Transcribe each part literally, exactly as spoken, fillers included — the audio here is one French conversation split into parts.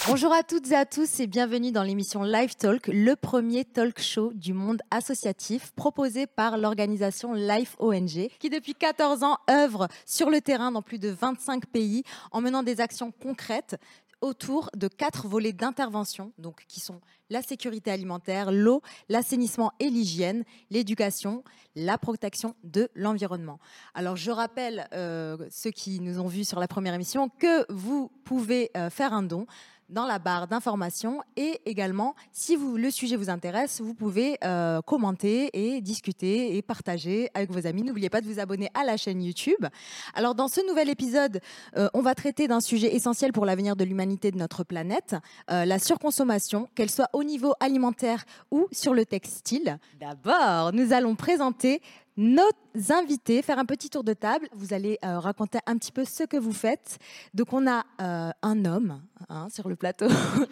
Bonjour à toutes et à tous et bienvenue dans l'émission Live Talk, le premier talk show du monde associatif proposé par l'organisation Life O N G qui depuis quatorze ans œuvre sur le terrain dans plus de vingt-cinq pays en menant des actions concrètes autour de quatre volets d'intervention, donc qui sont la sécurité alimentaire, l'eau, l'assainissement et l'hygiène, l'éducation, la protection de l'environnement. Alors je rappelle euh, ceux qui nous ont vus sur la première émission que vous pouvez euh, faire un don dans la barre d'information et également, si vous, le sujet vous intéresse, vous pouvez euh, commenter et discuter et partager avec vos amis. N'oubliez pas de vous abonner à la chaîne YouTube. Alors dans ce nouvel épisode, euh, on va traiter d'un sujet essentiel pour l'avenir de l'humanité de notre planète, euh, la surconsommation, qu'elle soit au niveau alimentaire ou sur le textile. D'abord, nous allons présenter nos invités, faire un petit tour de table. Vous allez euh, raconter un petit peu ce que vous faites. Donc, on a euh, un homme hein, sur le plateau,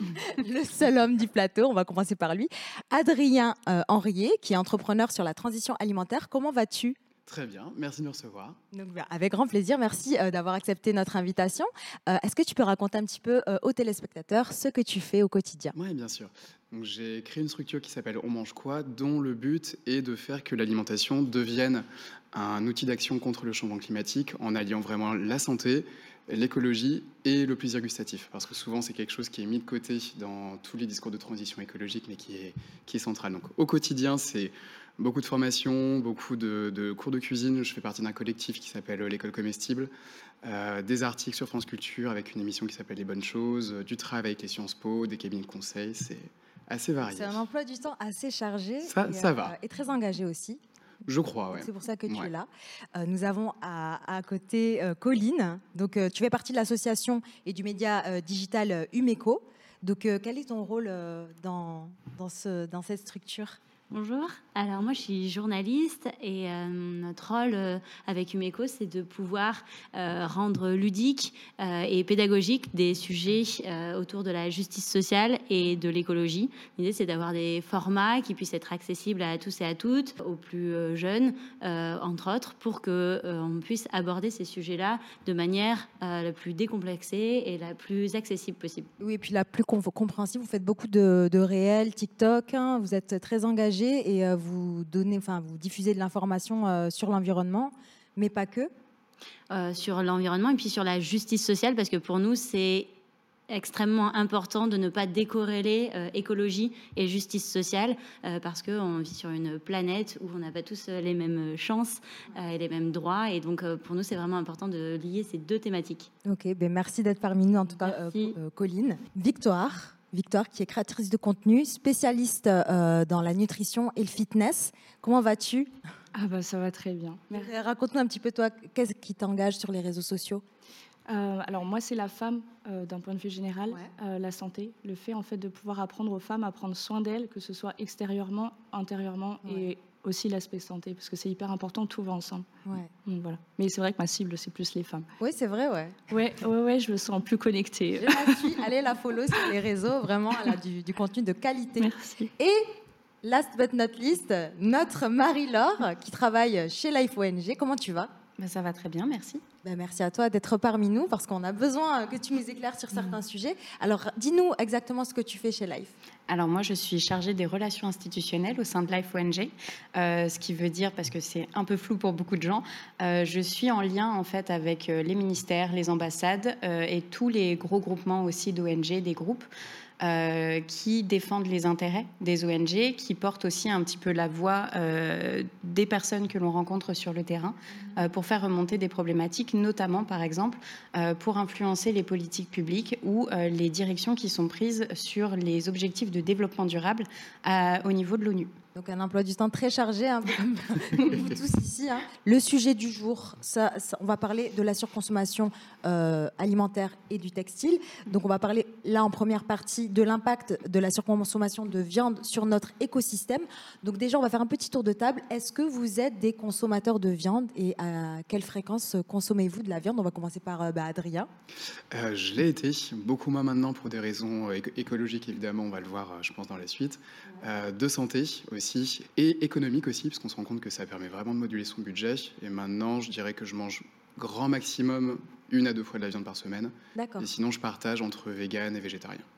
le seul homme du plateau. On va commencer par lui. Adrien euh, Henriet, qui est entrepreneur sur la transition alimentaire. Comment vas-tu ? Très bien, merci de me recevoir. Donc, bah, avec grand plaisir, merci euh, d'avoir accepté notre invitation. Euh, est-ce que tu peux raconter un petit peu euh, aux téléspectateurs ce que tu fais au quotidien ? Oui, bien sûr. Donc, j'ai créé une structure qui s'appelle On mange quoi, dont le but est de faire que l'alimentation devienne un outil d'action contre le changement climatique en alliant vraiment la santé, l'écologie et le plaisir gustatif. Parce que souvent, c'est quelque chose qui est mis de côté dans tous les discours de transition écologique, mais qui est, qui est central. Donc, au quotidien, c'est beaucoup de formations, beaucoup de, de cours de cuisine. Je fais partie d'un collectif qui s'appelle l'École Comestible. Euh, des articles sur France Culture avec une émission qui s'appelle Les Bonnes Choses, euh, du travail avec les Sciences Po, des cabinets de conseil. C'est assez varié. C'est un emploi du temps assez chargé Ça, et, ça euh, va. et très engagé aussi. Je crois, ouais. C'est pour ça que tu Ouais. es là. Euh, nous avons à, à côté euh, Colline. Donc, euh, tu fais partie de l'association et du média euh, digital euh, Umeco. Donc, euh, quel est ton rôle euh, dans, dans, ce, dans cette structure ? Bonjour, alors moi je suis journaliste et euh, notre rôle euh, avec Umeco c'est de pouvoir euh, rendre ludique euh, et pédagogique des sujets euh, autour de la justice sociale et de l'écologie. L'idée c'est d'avoir des formats qui puissent être accessibles à tous et à toutes, aux plus euh, jeunes euh, entre autres, pour qu'on euh, puisse aborder ces sujets-là de manière euh, la plus décomplexée et la plus accessible possible. Oui, et puis la plus com- compréhensible, vous faites beaucoup de, de réels, TikTok, hein, vous êtes très engagé et euh, vous donnez, enfin, vous diffusez de l'information euh, sur l'environnement, mais pas que. Euh, sur l'environnement et puis sur la justice sociale, parce que pour nous, c'est extrêmement important de ne pas décorréler euh, écologie et justice sociale, euh, parce qu'on vit sur une planète où on n'a pas tous les mêmes chances euh, et les mêmes droits. Et donc, euh, pour nous, c'est vraiment important de lier ces deux thématiques. Ok, ben merci d'être parmi nous, en tout cas, euh, euh, Colline. Victoire. Victoire, qui est créatrice de contenu, spécialiste euh, dans la nutrition et le fitness. Comment vas-tu ? Ah bah ça va très bien. Euh, Raconte-nous un petit peu toi, qu'est-ce qui t'engage sur les réseaux sociaux ? Euh, alors moi c'est la femme euh, d'un point de vue général, Ouais. euh, la santé, le fait en fait de pouvoir apprendre aux femmes à prendre soin d'elles, que ce soit extérieurement, intérieurement Ouais. et aussi l'aspect santé, parce que c'est hyper important, tout va ensemble. Ouais. Donc, voilà. Mais c'est vrai que ma cible c'est plus les femmes. Oui, c'est vrai, ouais. Ouais, ouais, ouais, je me sens plus connectée. Je la suis. Allez la follow sur les réseaux, vraiment, elle a du, du contenu de qualité. Merci. Et last but not least, notre Marie-Laure qui travaille chez Life O N G. Comment tu vas ? Ben, ça va très bien, merci. Ben merci à toi d'être parmi nous parce qu'on a besoin que tu nous éclaires sur certains mmh. sujets. Alors, dis-nous exactement ce que tu fais chez Life. Alors moi, je suis chargée des relations institutionnelles au sein de Life O N G, euh, ce qui veut dire, parce que c'est un peu flou pour beaucoup de gens, euh, je suis en lien en fait avec les ministères, les ambassades euh, et tous les gros groupements aussi d'O N G, des groupes. Euh, qui défendent les intérêts des O N G, qui portent aussi un petit peu la voix euh, des personnes que l'on rencontre sur le terrain euh, pour faire remonter des problématiques, notamment par exemple euh, pour influencer les politiques publiques ou euh, les directions qui sont prises sur les objectifs de développement durable à, au niveau de l'ONU. Donc un emploi du temps très chargé, hein, comme vous tous ici. Hein. Le sujet du jour, ça, ça, on va parler de la surconsommation euh, alimentaire et du textile. Donc on va parler là en première partie de l'impact de la surconsommation de viande sur notre écosystème. Donc déjà, on va faire un petit tour de table. Est-ce que vous êtes des consommateurs de viande et à quelle fréquence consommez-vous de la viande ? On va commencer par euh, bah, Adrien. Euh, je l'ai été, beaucoup moins maintenant pour des raisons éco- écologiques évidemment, on va le voir je pense dans la suite, euh, de santé aussi et économique aussi, parce qu'on se rend compte que ça permet vraiment de moduler son budget. Et maintenant, je dirais que je mange grand maximum une à deux fois de la viande par semaine. D'accord. Et sinon, je partage entre vegan et végétarien.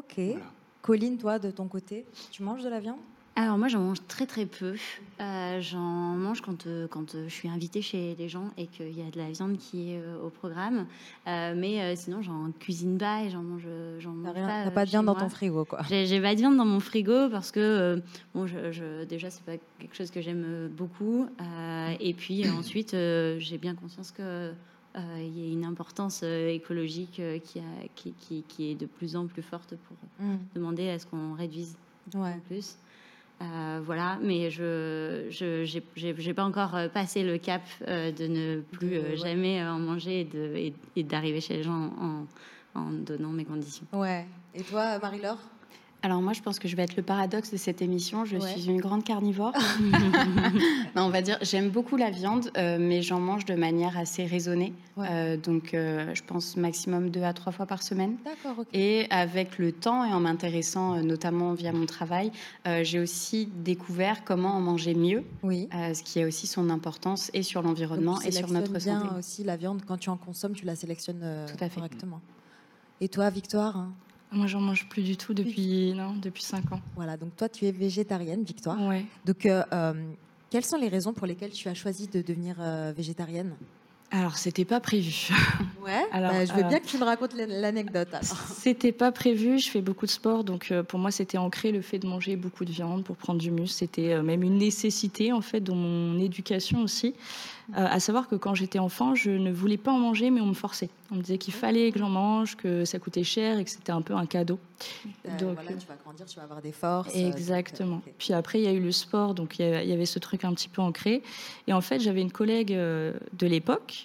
Ok. Voilà. Colline, toi, de ton côté, tu manges de la viande? Alors moi, j'en mange très très peu. Euh, j'en mange quand, euh, quand euh, je suis invitée chez les gens et qu'il y a de la viande qui est euh, au programme. Euh, mais euh, sinon, j'en cuisine pas et j'en mange, j'en T'as mange rien- pas. t'as euh, pas de chez viande dans moi. ton frigo, quoi. J'ai, j'ai pas de viande dans mon frigo parce que euh, bon, je, je- déjà, c'est pas quelque chose que j'aime euh, beaucoup. Euh, et puis euh, ensuite, euh, j'ai bien conscience que euh, il y a une importance euh, écologique euh, qui, a, qui, qui, qui est de plus en plus forte pour Mm. demander à ce qu'on réduise Ouais. en plus. Euh, voilà, mais je je j'ai, j'ai, j'ai pas encore euh, passé le cap euh, de ne plus De- euh, ouais. jamais euh, en manger et, de, et, et d'arriver chez les gens en, en donnant mes conditions. Ouais. Et toi, Marie-Laure? Alors moi, je pense que je vais être le paradoxe de cette émission. Je Ouais. suis une grande carnivore. Non, on va dire, j'aime beaucoup la viande, euh, mais j'en mange de manière assez raisonnée. Ouais. Euh, donc, euh, je pense maximum deux à trois fois par semaine. D'accord, ok. Et avec le temps et en m'intéressant euh, notamment via mon travail, euh, j'ai aussi découvert comment en manger mieux, Oui. euh, ce qui a aussi son importance et sur Donc, l'environnement tu et sur notre sélectionnes bien santé. aussi la viande. Quand tu en consommes, tu la sélectionnes euh, Tout à fait. correctement. Et toi, Victoire, hein? Moi, j'en mange plus du tout depuis, non, depuis cinq ans. Voilà, donc toi, tu es végétarienne, Victoire. Ouais. Donc, euh, euh, quelles sont les raisons pour lesquelles tu as choisi de devenir euh, végétarienne? Alors, c'était pas prévu. Ouais. Alors, Bah, je veux euh, bien que tu me racontes l'an- l'anecdote. alors. C'était pas prévu, je fais beaucoup de sport, donc euh, pour moi c'était ancré le fait de manger beaucoup de viande pour prendre du muscle. C'était euh, même une nécessité en fait dans mon éducation aussi. Euh, à savoir que quand j'étais enfant, je ne voulais pas en manger, mais on me forçait. On me disait qu'il fallait que j'en mange, que ça coûtait cher et que c'était un peu un cadeau. Euh, Donc, voilà, tu vas grandir, tu vas avoir des forces. euh, donc, Exactement. euh, ok. Puis après, il y a eu le sport, donc il y a- il y avait ce truc un petit peu ancré. Et en fait, j'avais une collègue euh, de l'époque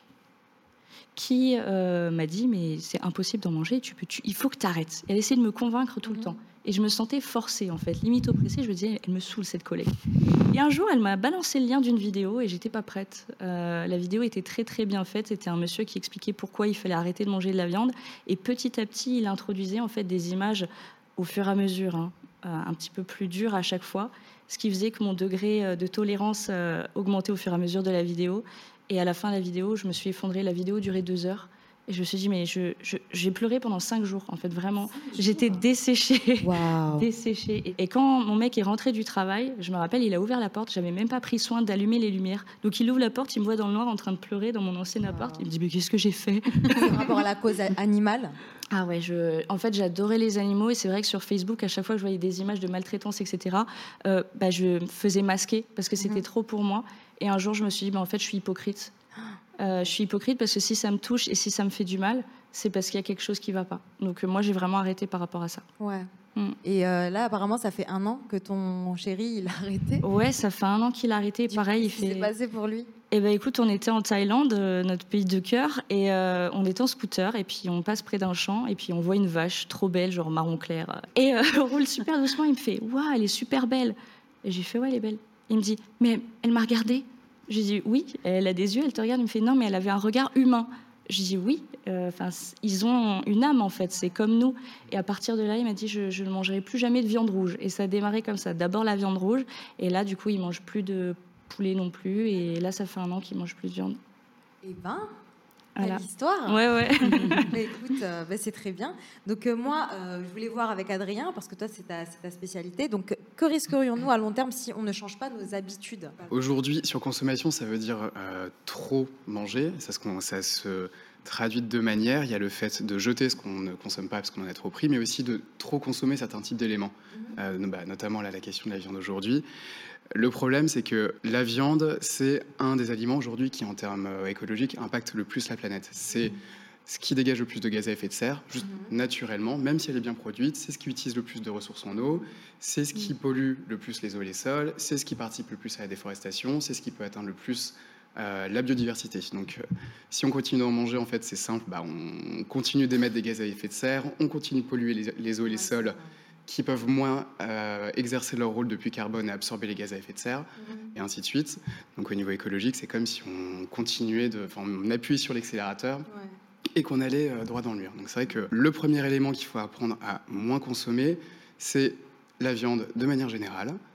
qui euh, m'a dit mais c'est impossible d'en manger, tu peux, tu, il faut que tu arrêtes. Elle essayait de me convaincre tout le temps. Et je me sentais forcée, en fait, limite oppressée. Je me disais, elle me saoule, cette collègue. Et un jour, elle m'a balancé le lien d'une vidéo et j'étais pas prête. Euh, la vidéo était très, très bien faite. C'était un monsieur qui expliquait pourquoi il fallait arrêter de manger de la viande. Et petit à petit, il introduisait, en fait, des images au fur et à mesure, hein, euh, un petit peu plus dures à chaque fois. Ce qui faisait que mon degré euh, de tolérance euh, augmentait au fur et à mesure de la vidéo. Et à la fin de la vidéo, je me suis effondrée. La vidéo durait deux heures. Et je me suis dit, mais je, je, j'ai pleuré pendant cinq jours, en fait, vraiment. J'étais desséchée. Waouh. Desséchée. Et, et quand mon mec est rentré du travail, je me rappelle, il a ouvert la porte. J'avais même pas pris soin d'allumer les lumières. Donc il ouvre la porte, il me voit dans le noir en train de pleurer dans mon ancien appart. Il me dit, mais qu'est-ce que j'ai fait? C'est par rapport à la cause a- animale. Ah ouais, je... en fait, j'adorais les animaux et c'est vrai que sur Facebook, à chaque fois que je voyais des images de maltraitance, et cetera, euh, bah, je me faisais masquer parce que c'était Mhm. trop pour moi. Et un jour, je me suis dit, bah, en fait, je suis hypocrite. Euh, je suis hypocrite parce que si ça me touche et si ça me fait du mal, c'est parce qu'il y a quelque chose qui ne va pas. Donc euh, moi, j'ai vraiment arrêté par rapport à ça. Ouais. Mm. Et euh, là, apparemment, ça fait un an que ton chéri, il a arrêté. Ouais, ça fait un an qu'il a arrêté. Du Pareil, coup, il qu'est-ce qui s'est fait... passé pour lui? Eh ben écoute, on était en Thaïlande, euh, notre pays de cœur, et euh, on était en scooter, et puis on passe près d'un champ, et puis on voit une vache trop belle, genre marron clair. Et euh, on roule super doucement, il me fait « Waouh, elle est super belle !» Et j'ai fait « Ouais, elle est belle. » Il me dit « Mais elle m'a regardée ?» J'ai dit « Oui, elle a des yeux, elle te regarde. » Il me fait « Non, mais elle avait un regard humain. » J'ai dit « Oui, enfin, euh, ils ont une âme en fait, c'est comme nous. » Et à partir de là, il m'a dit je, « Je ne mangerai plus jamais de viande rouge. » Et ça a démarré comme ça. D'abord la viande rouge, et là, du coup, il mange plus de poulet non plus. Et là, ça fait un an qu'il mange plus de viande. Eh ben, Voilà. quelle histoire. Ouais, ouais. Bah, écoute, euh, bah, c'est très bien. Donc euh, moi, euh, je voulais voir avec Adrien, parce que toi, c'est ta, c'est ta spécialité. Donc, que risquerions-nous à long terme si on ne change pas nos habitudes? Aujourd'hui, surconsommation, ça veut dire euh, trop manger. Ça se, ça se traduit de deux manières. Il y a le fait de jeter ce qu'on ne consomme pas parce qu'on en a trop pris, mais aussi de trop consommer certains types d'éléments. Mm-hmm. euh, bah, notamment là, la question de la viande aujourd'hui. Le problème, c'est que la viande, c'est un des aliments aujourd'hui qui, en termes euh, écologiques, impacte le plus la planète. C'est ce qui dégage le plus de gaz à effet de serre, juste mmh. naturellement, même si elle est bien produite. C'est ce qui utilise le plus de ressources en eau, c'est ce qui pollue le plus les eaux et les sols, c'est ce qui participe le plus à la déforestation, c'est ce qui peut atteindre le plus euh, la biodiversité. Donc, euh, si on continue d'en manger, en fait, c'est simple, bah, on continue d'émettre des gaz à effet de serre, on continue de polluer les, les eaux et les sols, qui peuvent moins euh, exercer leur rôle de puits carbone et absorber les gaz à effet de serre, mmh. et ainsi de suite. Donc au niveau écologique, c'est comme si on continuait de, enfin, on appuyait sur l'accélérateur ouais. et qu'on allait euh, droit dans le mur. Donc c'est vrai que le premier élément qu'il faut apprendre à moins consommer, c'est la viande de manière générale. Mmh.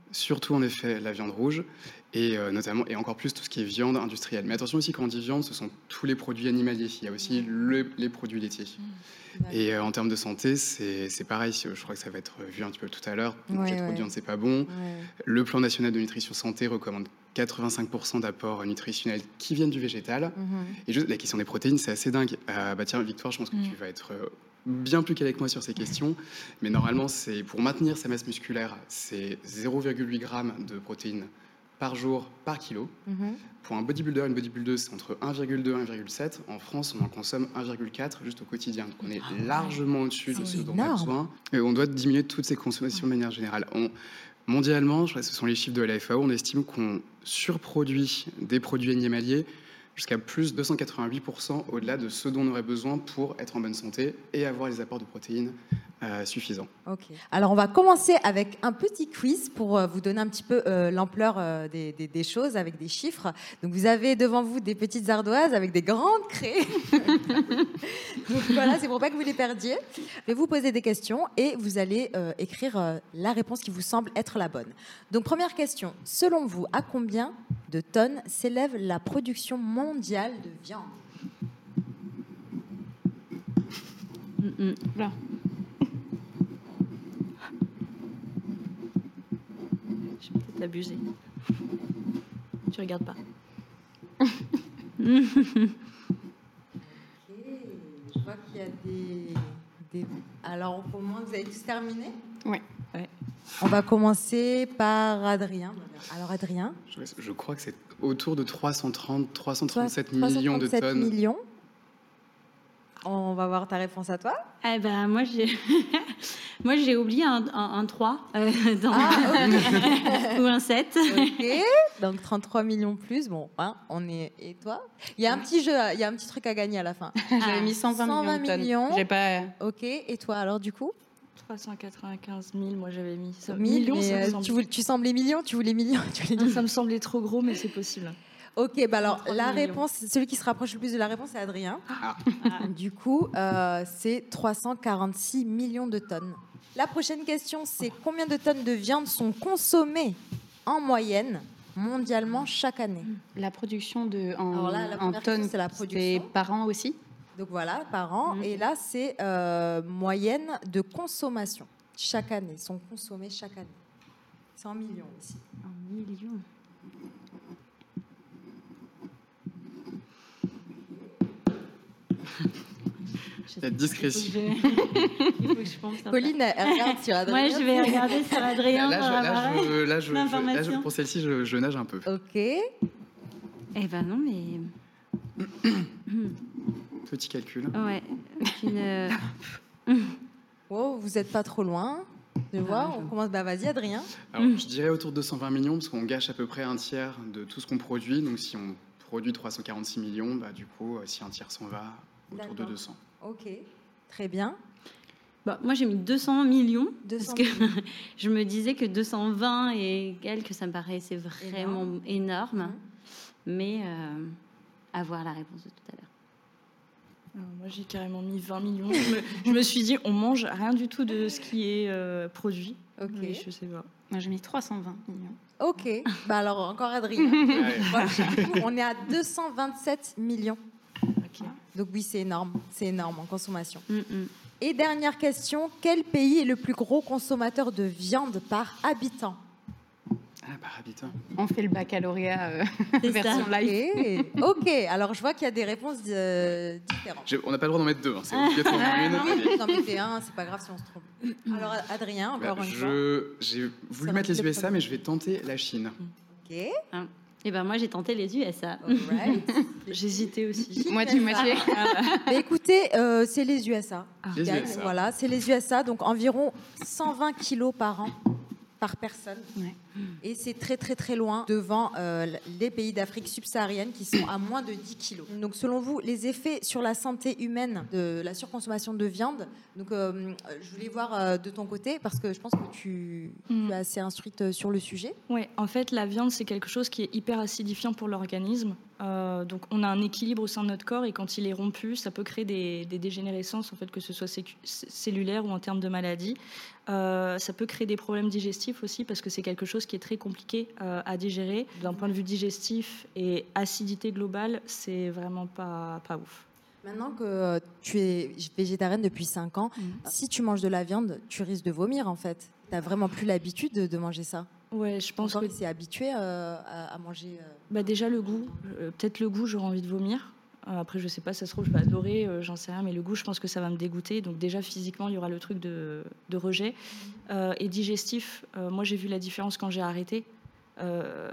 surtout en effet la viande rouge, et euh, notamment, et encore plus tout ce qui est viande industrielle. Mais attention aussi, quand on dit viande, ce sont tous les produits animaliers. Il y a aussi le, les produits laitiers. Mmh. Et euh, en termes de santé, c'est, c'est pareil. Je crois que ça va être vu un petit peu tout à l'heure. Ouais, Manger ouais. trop de viande, c'est pas bon. Ouais. Le plan national de nutrition santé recommande quatre-vingt-cinq pour cent d'apports nutritionnels qui viennent du végétal. Mmh. Et juste la question des protéines, c'est assez dingue. Euh, bah tiens, Victoire, je pense que mmh. tu vas être euh, bien plus qu'avec moi sur ces questions. Mais normalement, c'est pour maintenir sa masse musculaire, c'est zéro virgule huit grammes de protéines par jour, par kilo. Mmh. Pour un bodybuilder, une bodybuildeuse, c'est entre un virgule deux et un virgule sept. En France, on en consomme un virgule quatre juste au quotidien. Donc on est largement au-dessus de ce dont on a besoin. Et on doit diminuer toutes ces consommations de manière générale. On, mondialement, je crois que ce sont les chiffres de la F A O, on estime qu'on surproduit des produits animaliers jusqu'à plus de deux cent quatre-vingt-huit pour cent au-delà de ce dont on aurait besoin pour être en bonne santé et avoir les apports de protéines euh, suffisants. Ok. Alors, on va commencer avec un petit quiz pour euh, vous donner un petit peu euh, l'ampleur euh, des, des, des choses avec des chiffres. Donc, vous avez devant vous des petites ardoises avec des grandes craies. Donc, voilà, c'est pour pas que vous les perdiez. Je vais vous poser des questions et vous allez euh, écrire euh, la réponse qui vous semble être la bonne. Donc, première question. Selon vous, à combien de tonnes s'élève la production mondiale de viande? Mm-mm. Là. Je vais peut-être abuser. Tu regardes pas. Okay. Je vois qu'il y a des, des... Alors, au moins, vous avez tous terminé? Oui. Ouais. On va commencer par Adrien. Alors, Adrien. Je, je crois que c'est autour de trois cent trente, trois cent trente-sept trois cent millions de tonnes. millions. On va voir ta réponse à toi. Eh ben, moi, j'ai, moi, j'ai oublié un, un, un trois euh, dans... ah, okay. ou un sept. Ok, donc trente-trois millions plus. Bon, hein, on est... Et toi? Il y a un petit jeu, il y a un petit truc à gagner à la fin. J'avais mis cent vingt, cent vingt millions de millions. tonnes. J'ai pas... Ok, et toi alors du coup? trois cent quatre-vingt-quinze mille, moi j'avais mis. Ça, millions, millions, ça me euh, semble... tu, voulais, tu semblais millions? Tu voulais millions? Tu voulais non, ça me semblait trop gros, mais c'est possible. Ok, bah alors la millions. réponse, celui qui se rapproche le plus de la réponse, c'est Adrien. Ah. Du coup, euh, c'est trois cent quarante-six millions de tonnes. La prochaine question, c'est combien de tonnes de viande sont consommées en moyenne mondialement chaque année? La production de, en, Alors là, la en première tonnes, question, c'est la production. c'est par an aussi? Donc voilà, par an. Mmh. Et là, c'est euh, moyenne de consommation chaque année, sont consommées chaque année. C'est en millions aussi. En millions. La discrétion. Il faut que je pense. Pauline, elle regarde sur Adrien. Moi, je vais regarder sur Adrien. Là, je, là, je, là, je, là, je, là, je, pour celle-ci, je, je nage un peu. Ok. Eh ben non, mais... Petit calcul. Ouais. Une... Oh, vous n'êtes pas trop loin. Je vois, on commence. Bah vas-y, Adrien. Alors, je dirais autour de deux cent vingt millions, parce qu'on gâche à peu près un tiers de tout ce qu'on produit. Donc, si on produit trois cent quarante-six millions, bah, du coup, si un tiers s'en va, autour D'accord. de deux cents. Ok, très bien. Bah, moi, j'ai mis deux cents millions. deux cents parce que je me disais que deux cent vingt et quelques, ça me paraissait vraiment énorme. énorme. Mmh. Mais euh, à voir la réponse de tout à l'heure. Alors, moi, j'ai carrément mis vingt millions. Je me, je me suis dit, on mange rien du tout de ce qui est euh, produit. Ok. Mais je sais pas. Moi, j'ai mis trois cent vingt millions. Ok. Bah alors encore Adrien. Voilà. On est à deux cent vingt-sept millions. Okay. Donc oui, c'est énorme. C'est énorme en consommation. Mm -mm. Et dernière question, quel pays est le plus gros consommateur de viande par habitant? Ah, par habitant. On fait le baccalauréat euh, C'est version ça. live. Ok, ok. Alors je vois qu'il y a des réponses euh, différentes. J'ai- on n'a pas le droit d'en mettre deux, hein. C'est obligatoire une. Allez. Non mais fais un, c'est pas grave si on se trompe. Alors Adrien, encore Bah, une fois. je, j'ai voulu Ça mettre les reste le U S A, mais je vais tenter la Chine. Ok. Et ben moi, j'ai tenté les U S A. Alright. J'hésitais aussi. Moitié-moitié. Mais écoutez, euh, c'est les U S A. Ah. qui Les gagnent. U S A. Voilà, c'est les U S A, donc environ cent vingt kilos par an par personne. Ouais. Et c'est très très très loin devant euh, les pays d'Afrique subsaharienne qui sont à moins de dix kilos. Donc selon vous, les effets sur la santé humaine de la surconsommation de viande, donc euh, je voulais voir euh, de ton côté parce que je pense que tu, Mm. tu es assez instruite sur le sujet. Ouais, en fait, la viande, c'est quelque chose qui est hyper acidifiant pour l'organisme. Euh, donc on a un équilibre au sein de notre corps et quand il est rompu, ça peut créer des, des dégénérescences, en fait, que ce soit sécu- cellulaire ou en termes de maladie. Euh, ça peut créer des problèmes digestifs aussi parce que c'est quelque chose qui est très compliqué euh, à digérer. D'un point de vue digestif et acidité globale, c'est vraiment pas, pas ouf. Maintenant que tu es végétarienne depuis cinq ans, mmh. si tu manges de la viande, tu risques de vomir en fait. Tu n'as vraiment plus l'habitude de, de manger ça. Ouais, je pense Ton corps, que il s'est habitué euh, à, à manger. Euh... Bah déjà le goût, euh, peut-être le goût, j'aurais envie de vomir. Euh, après, je sais pas, ça se trouve, je vais adorer, euh, j'en sais rien, mais le goût, je pense que ça va me dégoûter. Donc déjà physiquement, il y aura le truc de, de rejet. Euh, et digestif, euh, moi j'ai vu la différence quand j'ai arrêté. Euh,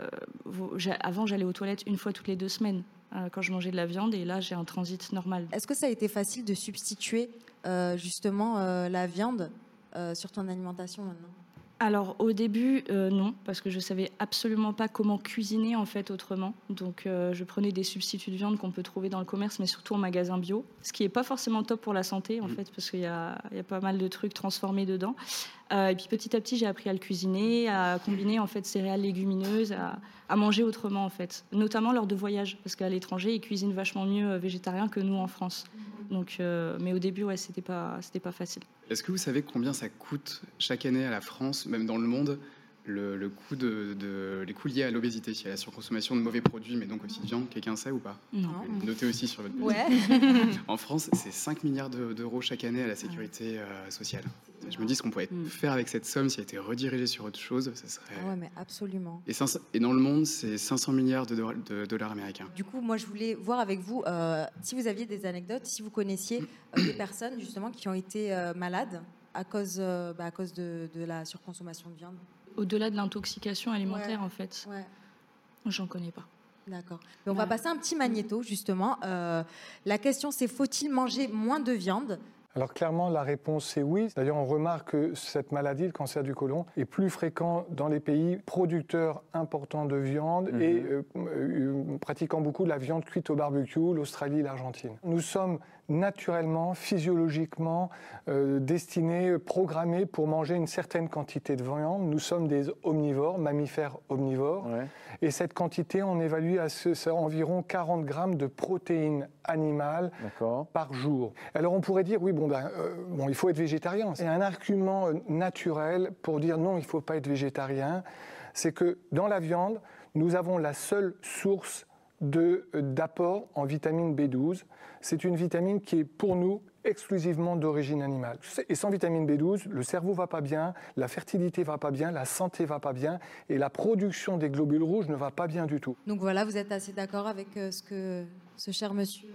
avant, j'allais aux toilettes une fois toutes les deux semaines euh, quand je mangeais de la viande, et là, j'ai un transit normal. Est-ce que ça a été facile de substituer euh, justement euh, la viande euh, sur ton alimentation maintenant ? Alors au début euh, non, parce que je savais absolument pas comment cuisiner en fait autrement. Donc euh, je prenais des substituts de viande qu'on peut trouver dans le commerce, mais surtout en magasin bio, ce qui est pas forcément top pour la santé en mmh. fait, parce qu'il y a, il y a pas mal de trucs transformés dedans. Euh, et puis petit à petit j'ai appris à le cuisiner, à combiner en fait céréales légumineuses, à, à manger autrement en fait, notamment lors de voyages, parce qu'à l'étranger ils cuisinent vachement mieux végétarien que nous en France. Donc, euh, mais au début ouais c'était pas c'était pas facile. Est-ce que vous savez combien ça coûte chaque année à la France, même dans le monde, le, le coût de, de, les coûts liés à l'obésité, à la surconsommation de mauvais produits, mais donc aussi de viande? Quelqu'un sait ou pas? Non. Notez aussi sur votre budget. Ouais. En France, c'est cinq milliards d'euros chaque année à la sécurité euh, sociale. Je me dis ce qu'on pourrait mmh. faire avec cette somme si elle était redirigée sur autre chose, ça serait... Ah ouais, mais absolument. Et, cinq cents, et dans le monde, c'est cinq cents milliards de, do de dollars américains. Du coup, moi, je voulais voir avec vous, euh, si vous aviez des anecdotes, si vous connaissiez euh, des personnes, justement, qui ont été euh, malades à cause, euh, bah, à cause de, de la surconsommation de viande. Au-delà de l'intoxication alimentaire, ouais. en fait. Ouais. J'en connais pas. D'accord. On ouais. va passer un petit magnéto, justement. Euh, la question, c'est faut-il manger moins de viande ? Alors clairement, la réponse c'est oui. D'ailleurs, on remarque que cette maladie, le cancer du côlon, est plus fréquent dans les pays producteurs importants de viande mmh. et euh, euh, pratiquant beaucoup de la viande cuite au barbecue, l'Australie, l'Argentine. Nous sommes naturellement, physiologiquement euh, destinés, programmés pour manger une certaine quantité de viande. Nous sommes des omnivores, mammifères omnivores. Ouais. Et cette quantité, on évalue à ce, ça, environ quarante grammes de protéines animales par jour. Alors on pourrait dire, oui, bon, ben, euh, bon, il faut être végétarien. C'est un argument naturel pour dire non, il ne faut pas être végétarien. C'est que dans la viande, nous avons la seule source de, d'apport en vitamine B douze. C'est une vitamine qui est pour nous exclusivement d'origine animale. Et sans vitamine B douze, le cerveau va pas bien, la fertilité va pas bien, la santé va pas bien et la production des globules rouges ne va pas bien du tout. Donc voilà, vous êtes assez d'accord avec euh, ce que ce cher monsieur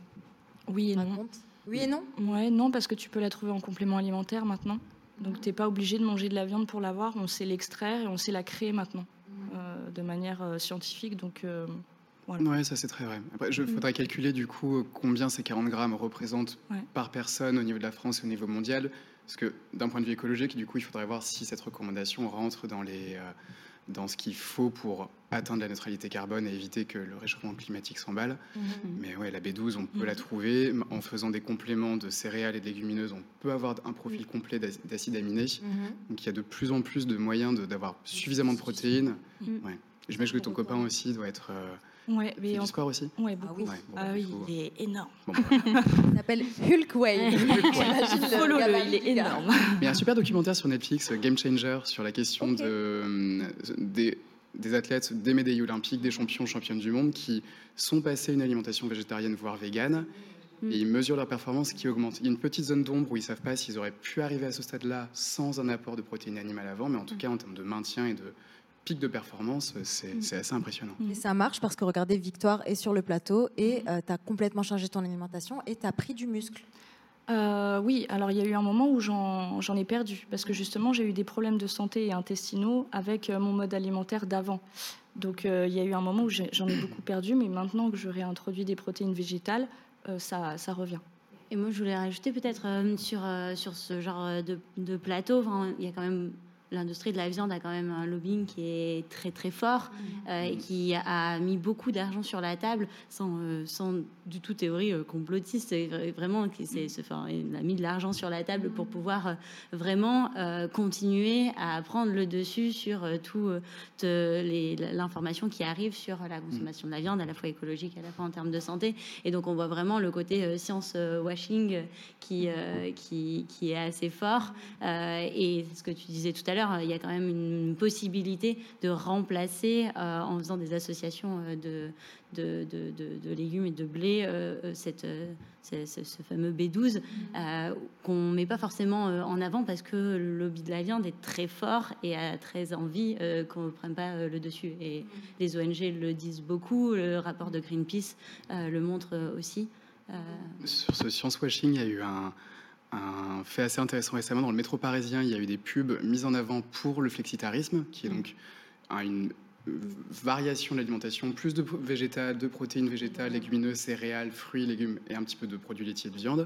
euh, oui et raconte non. Oui et non. Ouais, non, parce que tu peux la trouver en complément alimentaire maintenant. Donc tu n'es pas obligé de manger de la viande pour l'avoir. On sait l'extraire et on sait la créer maintenant euh, de manière euh, scientifique. Donc euh, voilà. Ouais, ça c'est très vrai. Après, il faudrait calculer du coup combien ces quarante grammes représentent ouais. par personne au niveau de la France et au niveau mondial. Parce que d'un point de vue écologique, du coup, il faudrait voir si cette recommandation rentre dans, les, euh, dans ce qu'il faut pour atteindre la neutralité carbone et éviter que le réchauffement climatique s'emballe. Mmh. Mais ouais, la B douze, on peut mmh. la trouver. En faisant des compléments de céréales et de légumineuses, on peut avoir un profil mmh. complet d'acides aminés. Mmh. Donc il y a de plus en plus de moyens d'avoir suffisamment de protéines. Mmh. Ouais. J'imagine que ton copain aussi doit être... Euh, Ouais, mais en... du sport aussi. Ouais, beaucoup. Ah oui, ouais, bon, ah, oui coup, il est énorme. Bon, bah, voilà. Il s'appelle Hulk Wade. Follow-le, il est énorme. Mais il y a un super documentaire sur Netflix, Game Changer, sur la question okay. de, euh, des, des athlètes, des médaillés olympiques, des champions, championnes du monde qui sont passés à une alimentation végétarienne, voire végane. Mm. Et ils mesurent leur performance qui augmente. Il y a une petite zone d'ombre où ils ne savent pas s'ils auraient pu arriver à ce stade-là sans un apport de protéines animales avant, mais en tout mm. cas, en termes de maintien et de pic de performance, c'est mmh. assez impressionnant. Et ça marche parce que regardez, Victoire est sur le plateau et euh, tu as complètement changé ton alimentation et tu as pris du muscle. Euh, oui, alors il y a eu un moment où j'en j'en ai perdu parce que justement j'ai eu des problèmes de santé et intestinaux avec euh, mon mode alimentaire d'avant. Donc euh, il y a eu un moment où j'en ai, ai beaucoup perdu, mais maintenant que je réintroduis des protéines végétales, euh, ça, ça revient. Et moi je voulais rajouter peut-être euh, sur, euh, sur ce genre de, de plateau, enfin, il y a quand même l'industrie de la viande a quand même un lobbying qui est très très fort euh, et qui a mis beaucoup d'argent sur la table sans, euh, sans du tout théorie euh, complotiste. C'est vraiment qui c'est, c'est, enfin, il a mis de l'argent sur la table pour pouvoir euh, vraiment euh, continuer à prendre le dessus sur euh, tout euh, de, les, l'information qui arrive sur la consommation de la viande, à la fois écologique, à la fois en termes de santé. Et donc on voit vraiment le côté euh, science euh, washing qui, euh, qui qui est assez fort. Euh, et ce que tu disais tout à l'heure, il y a quand même une possibilité de remplacer euh, en faisant des associations de, de, de, de, de légumes et de blé euh, cette, euh, ce, ce fameux B douze euh, qu'on ne met pas forcément en avant parce que le lobby de la viande est très fort et a très envie euh, qu'on ne prenne pas euh, le dessus. Et les O N G le disent beaucoup, le rapport de Greenpeace euh, le montre aussi. Euh... Sur ce science washing, il y a eu un Un fait assez intéressant récemment. Dans le métro parisien, il y a eu des pubs mises en avant pour le flexitarisme, qui est donc une variation de l'alimentation, plus de végétal, de protéines végétales, légumineuses, céréales, fruits, légumes et un petit peu de produits laitiers et de viande.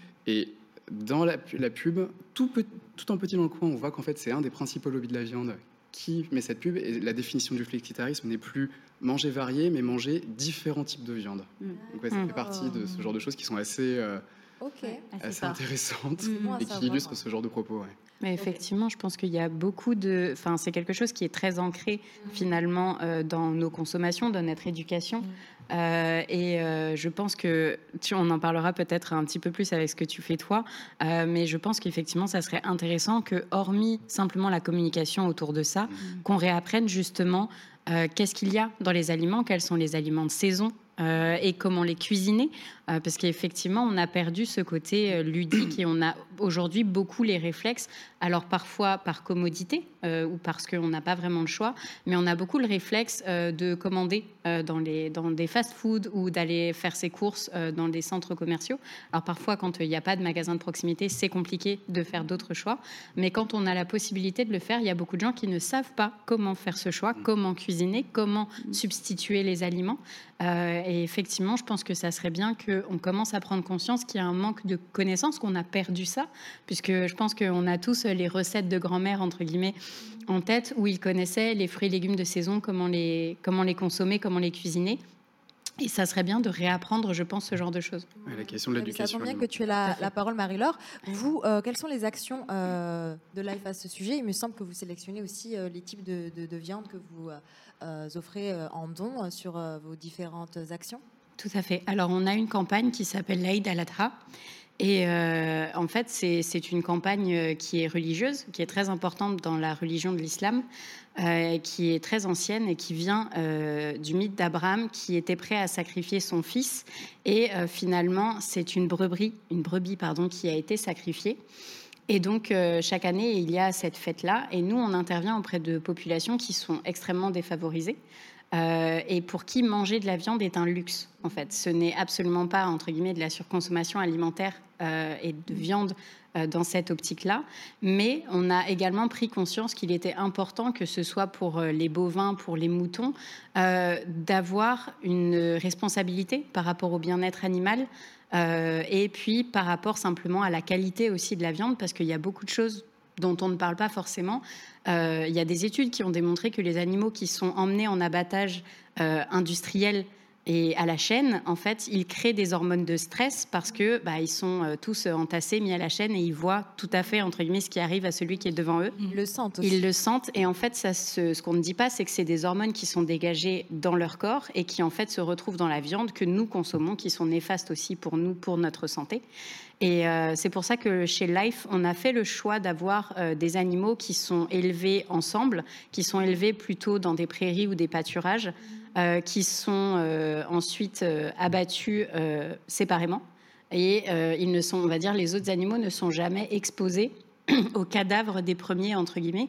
Et dans la, la pub, tout, peut, tout en petit dans le coin, on voit qu'en fait, c'est un des principaux lobbies de la viande qui met cette pub. Et la définition du flexitarisme n'est plus manger varié, mais manger différents types de viande. Mmh. Donc ouais, ça fait partie de ce genre de choses qui sont assez... Euh, Okay. assez intéressante mmh. et qui illustre ce genre de propos. Ouais. Mais effectivement, je pense qu'il y a beaucoup de... Enfin, c'est quelque chose qui est très ancré, mmh. finalement, euh, dans nos consommations, dans notre éducation. Mmh. Euh, et euh, je pense que... Tu, on en parlera peut-être un petit peu plus avec ce que tu fais, toi. Euh, mais je pense qu'effectivement, ça serait intéressant que, hormis simplement la communication autour de ça, mmh. qu'on réapprenne justement euh, qu'est-ce qu'il y a dans les aliments, quels sont les aliments de saison, Euh, et comment les cuisiner, euh, parce qu'effectivement, on a perdu ce côté euh, ludique et on a aujourd'hui beaucoup les réflexes, alors parfois par commodité euh, ou parce qu'on n'a pas vraiment le choix, mais on a beaucoup le réflexe euh, de commander euh, dans, les, dans des fast-food ou d'aller faire ses courses euh, dans des centres commerciaux. Alors parfois, quand il n'y a pas de magasin de proximité, c'est compliqué de faire d'autres choix, mais quand on a la possibilité de le faire, il y a beaucoup de gens qui ne savent pas comment faire ce choix, comment cuisiner, comment substituer les aliments. Euh, et effectivement, je pense que ça serait bien qu'on commence à prendre conscience qu'il y a un manque de connaissances, qu'on a perdu ça, puisque je pense qu'on a tous les recettes de grand-mère, entre guillemets, en tête, où ils connaissaient les fruits et légumes de saison, comment les, comment les consommer, comment les cuisiner. Et ça serait bien de réapprendre, je pense, ce genre de choses. Ouais, la question de l'éducation. Ça tombe bien que tu aies la, la parole, Marie-Laure. Vous, euh, quelles sont les actions euh, de Life à ce sujet ? Il me semble que vous sélectionnez aussi euh, les types de, de, de viande que vous euh, offrez euh, en don euh, sur euh, vos différentes actions. Tout à fait. Alors, on a une campagne qui s'appelle l'Aïd al-Adha. Et euh, en fait, c'est, c'est une campagne qui est religieuse, qui est très importante dans la religion de l'islam, euh, qui est très ancienne et qui vient euh, du mythe d'Abraham, qui était prêt à sacrifier son fils. Et euh, finalement, c'est une brebis, une brebis pardon, qui a été sacrifiée. Et donc, euh, chaque année, il y a cette fête-là. Et nous, on intervient auprès de populations qui sont extrêmement défavorisées. Euh, et pour qui manger de la viande est un luxe, en fait. Ce n'est absolument pas, entre guillemets, de la surconsommation alimentaire euh, et de viande euh, dans cette optique-là. Mais on a également pris conscience qu'il était important, que ce soit pour les bovins, pour les moutons, euh, d'avoir une responsabilité par rapport au bien-être animal euh, et puis par rapport simplement à la qualité aussi de la viande, parce qu'il y a beaucoup de choses dont on ne parle pas forcément. Euh, il y a des études qui ont démontré que les animaux qui sont emmenés en abattage euh, industriel et à la chaîne, en fait, ils créent des hormones de stress parce que bah, ils sont euh, tous entassés, mis à la chaîne, et ils voient tout à fait, entre guillemets, ce qui arrive à celui qui est devant eux. Ils le sentent aussi. Ils le sentent, et en fait, ça, ce, ce qu'on ne dit pas, c'est que c'est des hormones qui sont dégagées dans leur corps et qui, en fait, se retrouvent dans la viande que nous consommons, qui sont néfastes aussi pour nous, pour notre santé. Et euh, c'est pour ça que chez Life, on a fait le choix d'avoir euh, des animaux qui sont élevés ensemble, qui sont élevés plutôt dans des prairies ou des pâturages, euh, qui sont euh, ensuite euh, abattus euh, séparément. Et euh, ils ne sont, on va dire, les autres animaux ne sont jamais exposés aux cadavres des premiers, entre guillemets.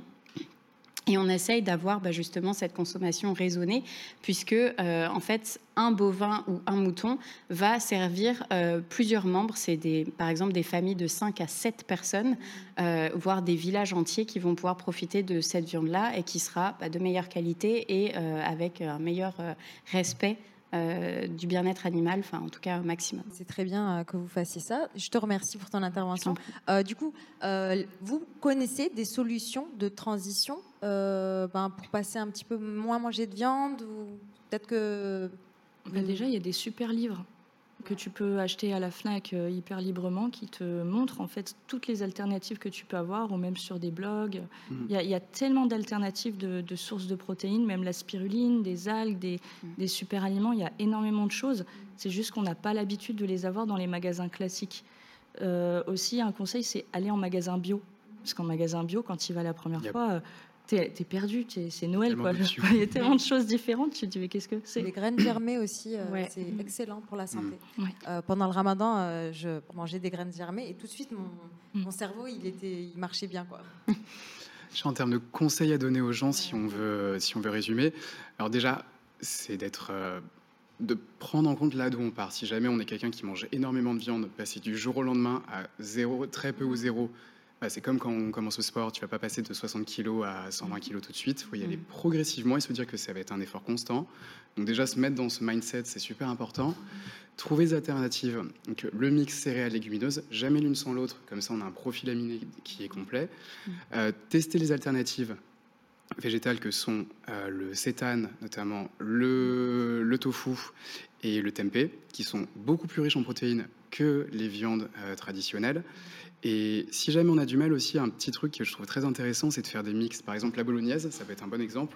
Et on essaye d'avoir bah, justement cette consommation raisonnée, puisque euh, en fait, un bovin ou un mouton va servir euh, plusieurs membres. C'est des, par exemple des familles de cinq à sept personnes, euh, voire des villages entiers qui vont pouvoir profiter de cette viande-là et qui sera bah, de meilleure qualité et euh, avec un meilleur euh, respect euh, du bien-être animal, enfin en tout cas au maximum. C'est très bien euh, que vous fassiez ça. Je te remercie pour ton intervention. Euh, du coup, euh, vous connaissez des solutions de transition euh, ben, pour passer un petit peu moins manger de viande ou peut-être que... Ben déjà, il y a des super livres que tu peux acheter à la Fnac euh, hyper librement qui te montrent en fait toutes les alternatives que tu peux avoir, ou même sur des blogs. Il mmh. y, y a tellement d'alternatives de, de sources de protéines, même la spiruline, des algues, des, mmh. des super aliments. Il y a énormément de choses. C'est juste qu'on n'a pas l'habitude de les avoir dans les magasins classiques. Euh, aussi, un conseil, c'est aller en magasin bio. Parce qu'en magasin bio, quand tu y vas la première yep. fois... Euh, T'es, t'es perdu, t'es, c'est Noël, quoi. Il y a tellement de choses différentes, tu te dis, mais qu'est-ce que c'est ? Les graines germées aussi, euh, ouais. c'est mmh. excellent pour la santé. Mmh. Ouais. Euh, pendant le ramadan, euh, je mangeais des graines germées et tout de suite, mon, mmh. mon cerveau, il, était, il marchait bien, quoi. En termes de conseils à donner aux gens, si on veut, si on veut résumer, alors déjà, c'est d'être... Euh, de prendre en compte là d'où on part. Si jamais on est quelqu'un qui mange énormément de viande, passer du jour au lendemain à zéro, très peu ou zéro, bah, c'est comme quand on commence au sport, tu vas pas passer de soixante kilos à cent vingt kilos tout de suite, il faut y aller progressivement et se dire que ça va être un effort constant. Donc déjà, se mettre dans ce mindset, c'est super important. Trouver des alternatives, donc le mix céréales-légumineuses, jamais l'une sans l'autre, comme ça on a un profil aminé qui est complet. Euh, tester les alternatives végétales que sont euh, le sétane, notamment le, le tofu et le tempeh, qui sont beaucoup plus riches en protéines que les viandes euh, traditionnelles. Et si jamais on a du mal aussi, un petit truc que je trouve très intéressant, c'est de faire des mix. Par exemple, la bolognaise, ça peut être un bon exemple.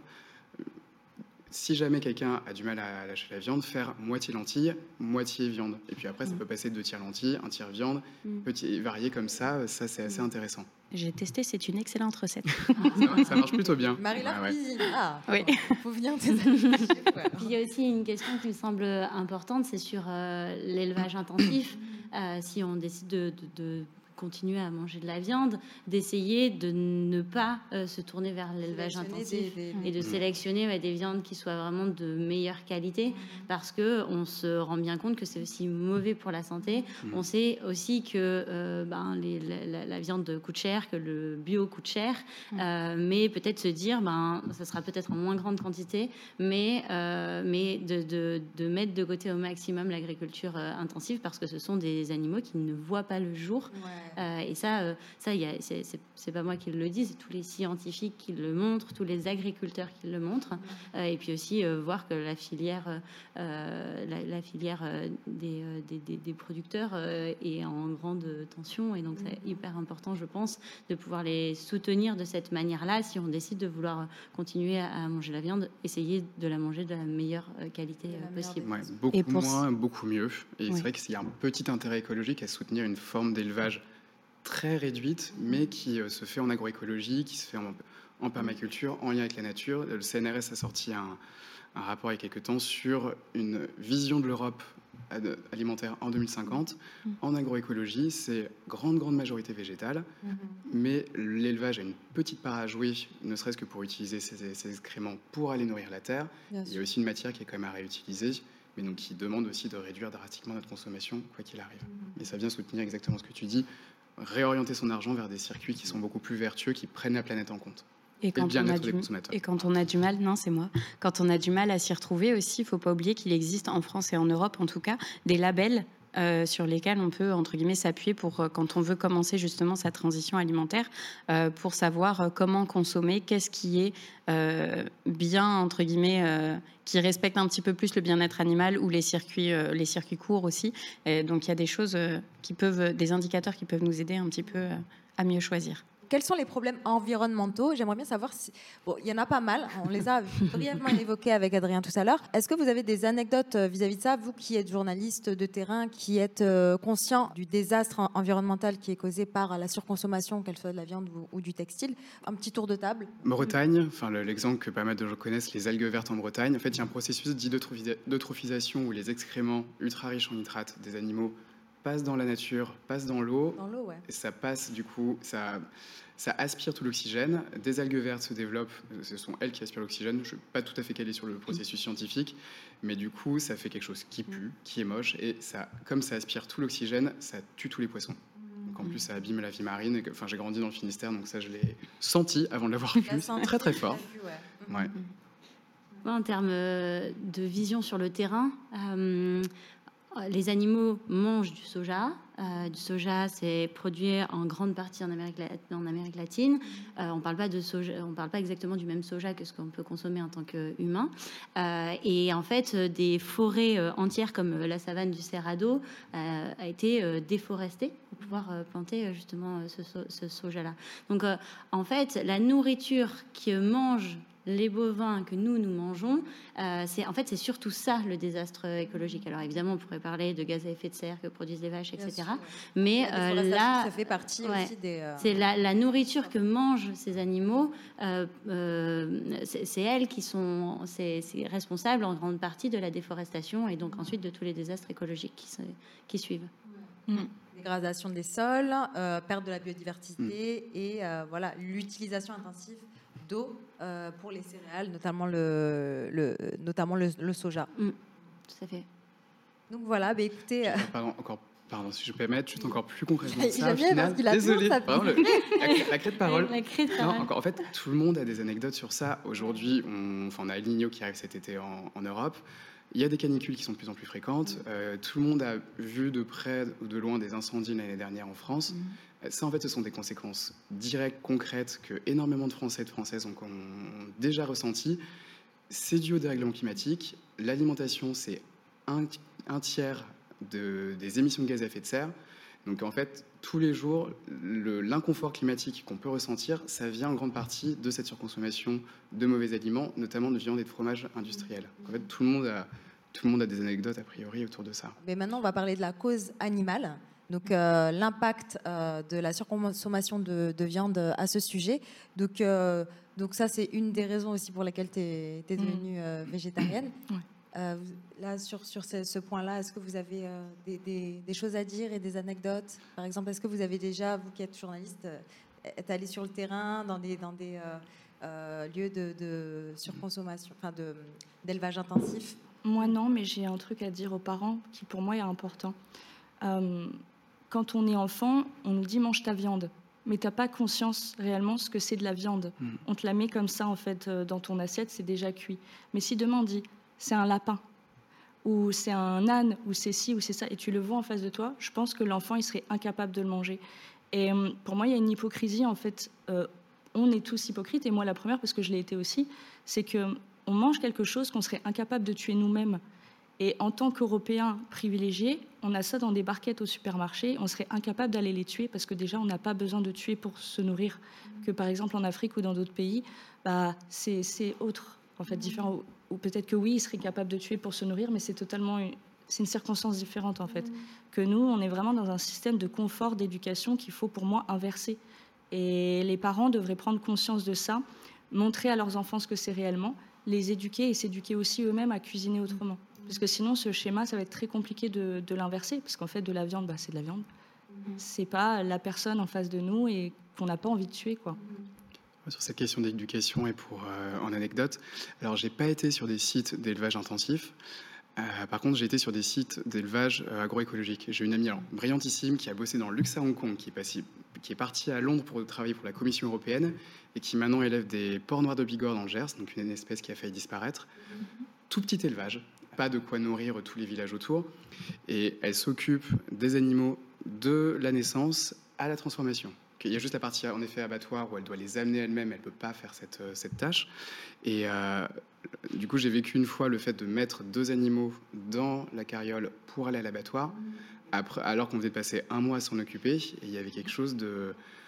Si jamais quelqu'un a du mal à lâcher la viande, faire moitié lentilles, moitié viande. Et puis après, ça peut passer de deux tiers lentilles, un tiers viande, mm. petit, varier comme ça, ça c'est assez intéressant. J'ai testé, c'est une excellente recette. ça, ça marche plutôt bien. Marie-Laure ouais, cuisine. Ouais. Ah, oui. Il faut venir tes amis. Il y a aussi une question qui me semble importante, c'est sur euh, l'élevage intensif. Euh, si on décide de... de, de continuer à manger de la viande, d'essayer de ne pas euh, se tourner vers l'élevage intensif des, des, des... et de sélectionner ouais, des viandes qui soient vraiment de meilleure qualité, mmh. parce que on se rend bien compte que c'est aussi mauvais pour la santé. Mmh. On sait aussi que euh, ben, les, la, la viande coûte cher, que le bio coûte cher, mmh. euh, mais peut-être se dire, ben, ça sera peut-être en moins grande quantité, mais, euh, mais de, de, de mettre de côté au maximum l'agriculture euh, intensive, parce que ce sont des animaux qui ne voient pas le jour. Ouais. Euh, et ça, euh, ça y a, c'est, c'est, c'est pas moi qui le dis, c'est tous les scientifiques qui le montrent, tous les agriculteurs qui le montrent. Euh, et puis aussi euh, voir que la filière, euh, la, la filière euh, des, euh, des, des, des producteurs euh, est en grande tension. Et donc, c'est hyper important, je pense, de pouvoir les soutenir de cette manière-là. Si on décide de vouloir continuer à manger la viande, essayer de la manger de la meilleure qualité euh, possible. Ouais, beaucoup et moins, beaucoup mieux. Et oui. c'est vrai qu'il y a un petit intérêt écologique à soutenir une forme d'élevage très réduite, mais qui euh, se fait en agroécologie, qui se fait en, en permaculture, en lien avec la nature. Le C N R S a sorti un, un rapport il y a quelques temps sur une vision de l'Europe ad- alimentaire en deux mille cinquante. Mmh. En agroécologie, c'est grande, grande majorité végétale, mmh. mais l'élevage a une petite part à jouer, ne serait-ce que pour utiliser ces, ces excréments pour aller nourrir la terre. Bien Il y a sûr. aussi une matière qui est quand même à réutiliser, mais donc qui demande aussi de réduire drastiquement notre consommation, quoi qu'il arrive. Mmh. Et ça vient soutenir exactement ce que tu dis, réorienter son argent vers des circuits qui sont beaucoup plus vertueux, qui prennent la planète en compte. Et quand, et, on a, du... et quand on a du mal, non, c'est moi. Quand on a du mal à s'y retrouver aussi, il ne faut pas oublier qu'il existe en France et en Europe, en tout cas, des labels euh, sur lesquels on peut, entre guillemets, s'appuyer pour euh, quand on veut commencer justement sa transition alimentaire, euh, pour savoir euh, comment consommer, qu'est-ce qui est euh, bien, entre guillemets, euh, qui respecte un petit peu plus le bien-être animal ou les circuits, euh, les circuits courts aussi. Et donc, il y a des choses euh, qui peuvent, des indicateurs qui peuvent nous aider un petit peu euh, à mieux choisir. Quels sont les problèmes environnementaux ? J'aimerais bien savoir si... Bon, il y en a pas mal, on les a brièvement évoqués avec Adrien tout à l'heure. Est-ce que vous avez des anecdotes vis-à-vis de ça, vous qui êtes journaliste de terrain, qui êtes euh, conscient du désastre environnemental qui est causé par la surconsommation, qu'elle soit de la viande ou, ou du textile ? Un petit tour de table. Bretagne, enfin, l'exemple que pas mal de gens connaissent, les algues vertes en Bretagne. En fait, il y a un processus dit d'eutrophisation où les excréments ultra riches en nitrates des animaux passe dans la nature, passe dans l'eau, dans l'eau ouais. et ça passe du coup, ça, ça aspire tout l'oxygène, des algues vertes se développent, ce sont elles qui aspirent l'oxygène, je ne suis pas tout à fait calé sur le processus scientifique, mais du coup ça fait quelque chose qui pue, qui est moche, et ça, comme ça aspire tout l'oxygène, ça tue tous les poissons. Donc en plus ça abîme la vie marine, enfin j'ai grandi dans le Finistère, donc ça je l'ai senti avant de l'avoir vu, très très fort. Vu, ouais. Ouais. Ouais, en termes de vision sur le terrain, euh, les animaux mangent du soja. Euh, du soja, c'est produit en grande partie en Amérique, en Amérique latine. Euh, on ne parle pas de soja, on parle pas exactement du même soja que ce qu'on peut consommer en tant qu'humain. Euh, et en fait, des forêts entières comme la savane du Cerrado euh, a été euh, déforestée pour pouvoir euh, planter justement ce, ce soja-là. Donc, euh, en fait, la nourriture que mangent les bovins que nous, nous mangeons, euh, c'est, en fait, c'est surtout ça, le désastre écologique. Alors, évidemment, on pourrait parler de gaz à effet de serre que produisent les vaches, et cetera. Sûr, ouais. Mais euh, là, ça fait partie ouais, aussi des... Euh... C'est la, la nourriture que mangent ces animaux, euh, euh, c'est, c'est elles qui sont c'est, c'est responsables en grande partie de la déforestation et donc ensuite de tous les désastres écologiques qui, se, qui suivent. Mmh. Dégradation des sols, euh, perte de la biodiversité mmh. et euh, voilà, l'utilisation intensive d'eau euh, pour les céréales, notamment le, le, notamment le, le soja. Mmh, tout à fait. Donc voilà, bah, écoutez... Euh... Pardon, encore, pardon, si je peux permettre, juste encore plus concrètement ça, au final, désolé, pardon, le, la, la clé de parole. La clé de parole. Non, encore, en fait, tout le monde a des anecdotes sur ça. Aujourd'hui, on, enfin, on a El Niño qui arrive cet été en, en Europe. Il y a des canicules qui sont de plus en plus fréquentes. Euh, tout le monde a vu de près ou de loin des incendies l'année dernière en France. Mmh. Ça, en fait, ce sont des conséquences directes, concrètes, que énormément de Français et de Françaises ont, ont déjà ressenties. C'est dû au dérèglement climatique. L'alimentation, c'est un, un tiers de, des émissions de gaz à effet de serre. Donc, en fait, tous les jours, le, l'inconfort climatique qu'on peut ressentir, ça vient en grande partie de cette surconsommation de mauvais aliments, notamment de viande et de fromage industriels. En fait, tout le monde a, tout le monde a des anecdotes, a priori, autour de ça. Mais maintenant, on va parler de la cause animale. Donc, euh, l'impact euh, de la surconsommation de, de viande à ce sujet. Donc, euh, donc ça, c'est une des raisons aussi pour lesquelles tu es devenue euh, végétarienne. Ouais. Euh, là, sur, sur ce, ce point-là, est-ce que vous avez euh, des, des, des choses à dire et des anecdotes ? Par exemple, est-ce que vous avez déjà, vous qui êtes journaliste, euh, êtes allé sur le terrain dans des, dans des euh, euh, lieux de, de surconsommation, enfin de, d'élevage intensif ? Moi, non, mais j'ai un truc à dire aux parents qui, pour moi, est important. Euh, Quand on est enfant, on nous dit « mange ta viande », mais tu n'as pas conscience réellement ce que c'est de la viande. Mmh. On te la met comme ça, en fait, dans ton assiette, c'est déjà cuit. Mais si demain on dit « c'est un lapin », ou « c'est un âne », ou « c'est ci », ou « c'est ça », et tu le vois en face de toi, je pense que l'enfant, il serait incapable de le manger. Et pour moi, il y a une hypocrisie, en fait. Euh, on est tous hypocrites, et moi la première, parce que je l'ai été aussi, c'est qu'on mange quelque chose qu'on serait incapable de tuer nous-mêmes. Et en tant qu'Européens privilégiés, on a ça dans des barquettes au supermarché, on serait incapable d'aller les tuer parce que déjà, on n'a pas besoin de tuer pour se nourrir. Que par exemple, en Afrique ou dans d'autres pays, bah, c'est, c'est autre, en fait, différent. Ou, ou peut-être que oui, ils seraient capables de tuer pour se nourrir, mais c'est totalement une, c'est une circonstance différente, en fait. Que nous, on est vraiment dans un système de confort, d'éducation qu'il faut, pour moi, inverser. Et les parents devraient prendre conscience de ça, montrer à leurs enfants ce que c'est réellement, les éduquer et s'éduquer aussi eux-mêmes à cuisiner autrement. Parce que sinon, ce schéma, ça va être très compliqué de, de l'inverser. Parce qu'en fait, de la viande, bah, c'est de la viande. Mmh. C'est pas la personne en face de nous et qu'on n'a pas envie de tuer, quoi. Sur cette question d'éducation et pour euh, en anecdote, alors j'ai pas été sur des sites d'élevage intensif. Euh, par contre, j'ai été sur des sites d'élevage euh, agroécologique. J'ai une amie alors, brillantissime qui a bossé dans le luxe à Hong Kong, qui est, passé, qui est partie à Londres pour travailler pour la Commission européenne et qui maintenant élève des porcs noirs de Bigorre dans le Gers, donc une espèce qui a failli disparaître. Mmh. Tout petit élevage. Pas de quoi nourrir tous les villages autour. Et elle s'occupe des animaux de la naissance à la transformation. Il y a juste la partie, en effet, abattoir où elle doit les amener elle-même. Elle ne peut pas faire cette, cette tâche. Et euh, du coup, j'ai vécu une fois le fait de mettre deux animaux dans la carriole pour aller à l'abattoir, après, alors qu'on venait de passer un mois à s'en occuper. Et il y avait quelque chose de...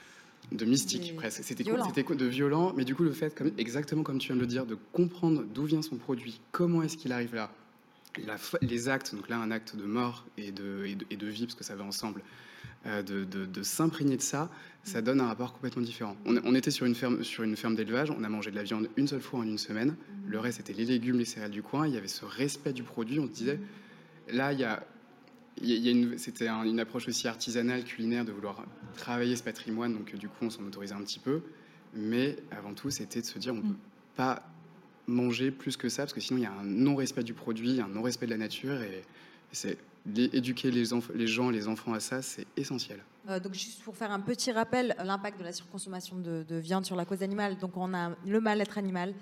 de mystique, des... presque. C'était, c'était de violent, mais du coup, le fait, comme, exactement comme tu viens de le dire, de comprendre d'où vient son produit, comment est-ce qu'il arrive là, La, les actes, donc là un acte de mort et de, et de, et de vie, parce que ça va ensemble, euh, de, de, de s'imprégner de ça, ça donne un rapport complètement différent. On, on était sur une, ferme, sur une ferme d'élevage, on a mangé de la viande une seule fois en une semaine, le reste c'était les légumes, les céréales du coin, il y avait ce respect du produit, on se disait, là il y a, il y a une, c'était un, une approche aussi artisanale, culinaire, de vouloir travailler ce patrimoine, donc du coup on s'en autorisait un petit peu, mais avant tout c'était de se dire on ne peut pas manger plus que ça, parce que sinon il y a un non-respect du produit, un non-respect de la nature, et, et c'est les, éduquer les, enf- les gens, les enfants à ça, c'est essentiel. Euh, donc juste pour faire un petit rappel, l'impact de la surconsommation de, de viande sur la cause animale, donc on a le mal-être animal,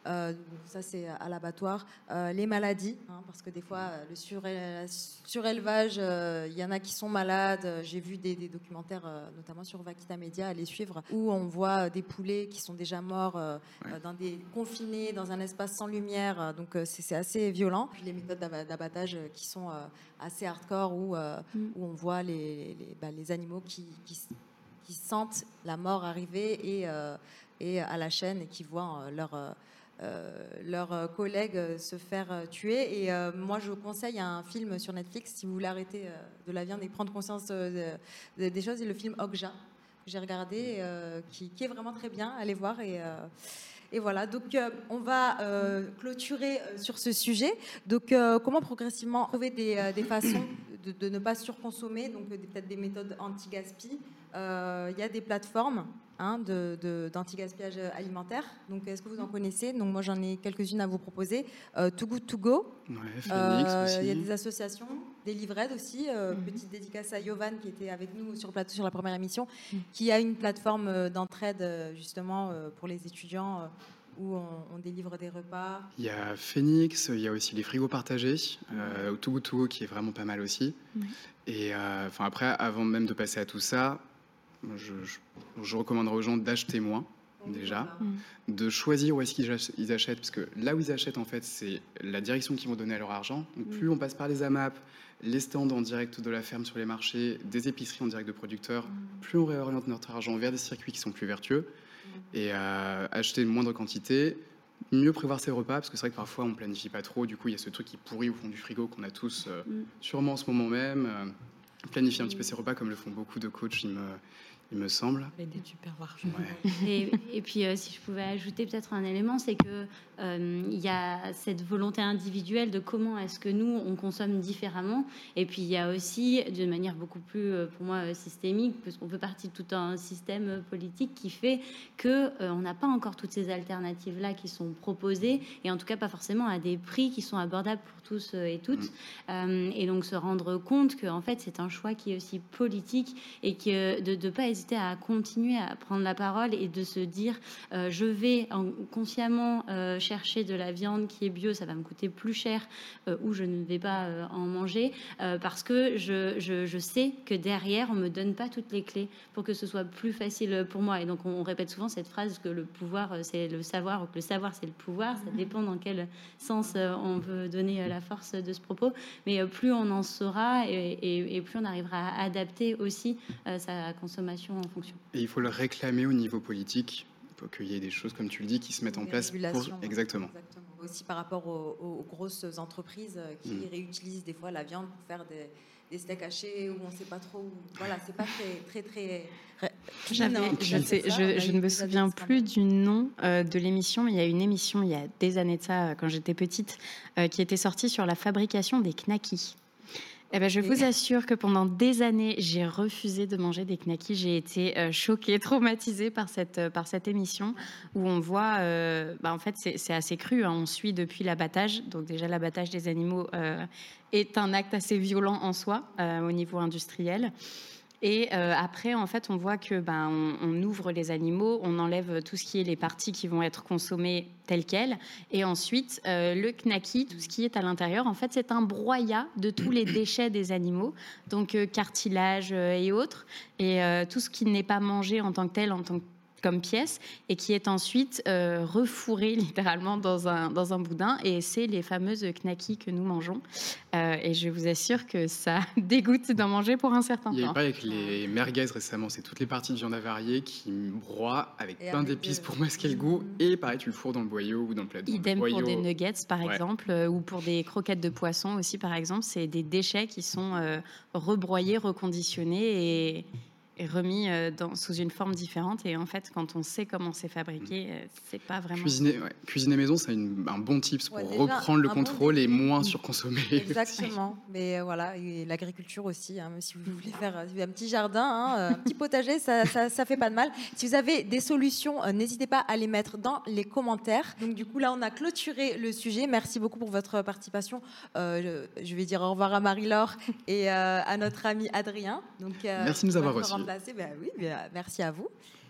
Euh, ça, c'est à l'abattoir. Euh, les maladies, hein, parce que des fois, le suré- surélevage, il euh, y en a qui sont malades. J'ai vu des, des documentaires, euh, notamment sur Vaquita Media, à les suivre, où on voit des poulets qui sont déjà morts, euh, ouais. dans des, confinés dans un espace sans lumière. Donc, euh, c'est, c'est assez violent. Puis les méthodes d'abattage qui sont euh, assez hardcore, où, euh, mm. où on voit les, les, bah, les animaux qui, qui, qui sentent la mort arriver et, euh, et à la chaîne et qui voient euh, leur... Euh, Euh, leurs collègues se faire tuer. Et euh, moi, je conseille un film sur Netflix, si vous voulez arrêter euh, de la viande et prendre conscience de, de, des choses, c'est le film Okja, que j'ai regardé, euh, qui, qui est vraiment très bien. Allez voir. Et, euh, et voilà, donc euh, on va euh, clôturer euh, sur ce sujet. Donc, euh, comment progressivement trouver des, euh, des façons de, de ne pas surconsommer, donc euh, peut-être des méthodes anti-gaspi. Il euh, y a des plateformes hein, de, de, d'anti-gaspillage alimentaire. Donc, est-ce que vous en connaissez? Donc, moi, j'en ai quelques-unes à vous proposer. Euh, Too Good To Go. Ouais, Phoenix euh, aussi. Il y a des associations, des livraides aussi. Euh, mm-hmm. Petite dédicace à Yovan qui était avec nous sur le plateau sur la première émission, mm. qui a une plateforme d'entraide justement pour les étudiants où on, on délivre des repas. Il y a Phoenix, il y a aussi les frigos partagés, mm. euh, Too Good To Go qui est vraiment pas mal aussi. Mm. Et euh, enfin après, avant même de passer à tout ça, Je, je, je recommanderais aux gens d'acheter moins, déjà, mmh. de choisir où est-ce qu'ils achètent, parce que là où ils achètent, en fait, c'est la direction qu'ils vont donner à leur argent. Donc, mmh. plus on passe par les A M A P, les stands en direct de la ferme sur les marchés, des épiceries en direct de producteurs, mmh. plus on réoriente notre argent vers des circuits qui sont plus vertueux, mmh. et euh, acheter une moindre quantité, mieux prévoir ses repas, parce que c'est vrai que parfois, on planifie pas trop, du coup, il y a ce truc qui pourrit au fond du frigo qu'on a tous, euh, mmh. sûrement en ce moment même. Euh, planifier un petit peu ses repas, comme le font beaucoup de coachs, il me... il me semble. Avec des tupperwares. Ouais. Et, et puis, euh, si je pouvais ajouter peut-être un élément, c'est que euh, il y a cette volonté individuelle de comment est-ce que nous, on consomme différemment. Et puis, il y a aussi, de manière beaucoup plus, pour moi, systémique, parce qu'on fait partie de tout un système politique qui fait qu'on euh, n'a pas encore toutes ces alternatives-là qui sont proposées, et en tout cas pas forcément à des prix qui sont abordables pour tous et toutes. Mmh. Euh, et donc, se rendre compte qu'en fait, c'est un choix qui est aussi politique et que de ne pas hésiter à continuer à prendre la parole et de se dire euh, je vais en, consciemment euh, chercher de la viande qui est bio, ça va me coûter plus cher euh, ou je ne vais pas euh, en manger euh, parce que je, je, je sais que derrière on me donne pas toutes les clés pour que ce soit plus facile pour moi. Et donc on, on répète souvent cette phrase que le pouvoir c'est le savoir ou que le savoir c'est le pouvoir. Ça dépend dans quel sens euh, on veut donner euh, la force de ce propos, mais euh, plus on en saura et, et, et plus on arrivera à adapter aussi euh, sa consommation en fonction. Et il faut le réclamer au niveau politique pour qu'il y ait des choses, comme tu le dis, qui se mettent en place. Pour... Exactement. Exactement. Aussi par rapport aux, aux grosses entreprises qui mmh. réutilisent des fois la viande pour faire des, des steaks hachés où on ne sait pas trop où... Voilà, c'est pas très... très, très... J'avais, je, sais, je, je ne me souviens plus du nom euh, de l'émission, mais il y a une émission, il y a des années de ça, quand j'étais petite, euh, qui était sortie sur la fabrication des knackis. Eh ben, je vous assure que pendant des années, j'ai refusé de manger des knackis. J'ai été euh, choquée, traumatisée par cette, euh, par cette émission où on voit, euh, bah, en fait, c'est, c'est assez cru. Hein. On suit depuis l'abattage. Donc déjà, l'abattage des animaux euh, est un acte assez violent en soi euh, au niveau industriel. Et euh, après, en fait, on voit que ben, on, on ouvre les animaux, on enlève tout ce qui est les parties qui vont être consommées telles quelles. Et ensuite, euh, le knacki, tout ce qui est à l'intérieur, en fait, c'est un broyat de tous les déchets des animaux, donc euh, cartilage euh, et autres. Et euh, tout ce qui n'est pas mangé en tant que tel, en tant que comme pièce, et qui est ensuite euh, refourré littéralement dans un, dans un boudin, et c'est les fameuses knackis que nous mangeons. Euh, et je vous assure que ça dégoûte d'en manger pour un certain temps. Il y a eu pareil avec les merguez récemment, c'est toutes les parties de viande avariée qui broient avec et plein avec d'épices de... pour masquer le goût, et pareil, tu le fourres dans le boyau ou dans le plat. Idem pour boyau. Des nuggets, par ouais. exemple, euh, ou pour des croquettes de poisson aussi, par exemple, c'est des déchets qui sont euh, rebroyés, reconditionnés, et... est remis dans, sous une forme différente. Et en fait, quand on sait comment c'est fabriqué, mmh. c'est pas vraiment... Cuisiner, ouais. Cuisiner maison, c'est une, un bon tips pour ouais, déjà, reprendre le contrôle bon et moins surconsommer. Exactement. Mais voilà, et l'agriculture aussi. Hein, si vous voulez faire un petit jardin, hein, un petit potager, ça, ça, ça fait pas de mal. Si vous avez des solutions, euh, n'hésitez pas à les mettre dans les commentaires. Donc du coup, là, on a clôturé le sujet. Merci beaucoup pour votre participation. Euh, je, je vais dire au revoir à Marie-Laure et euh, à notre ami Adrien. Donc, euh, merci de nous avoir reçus. Ben oui, ben, merci à vous.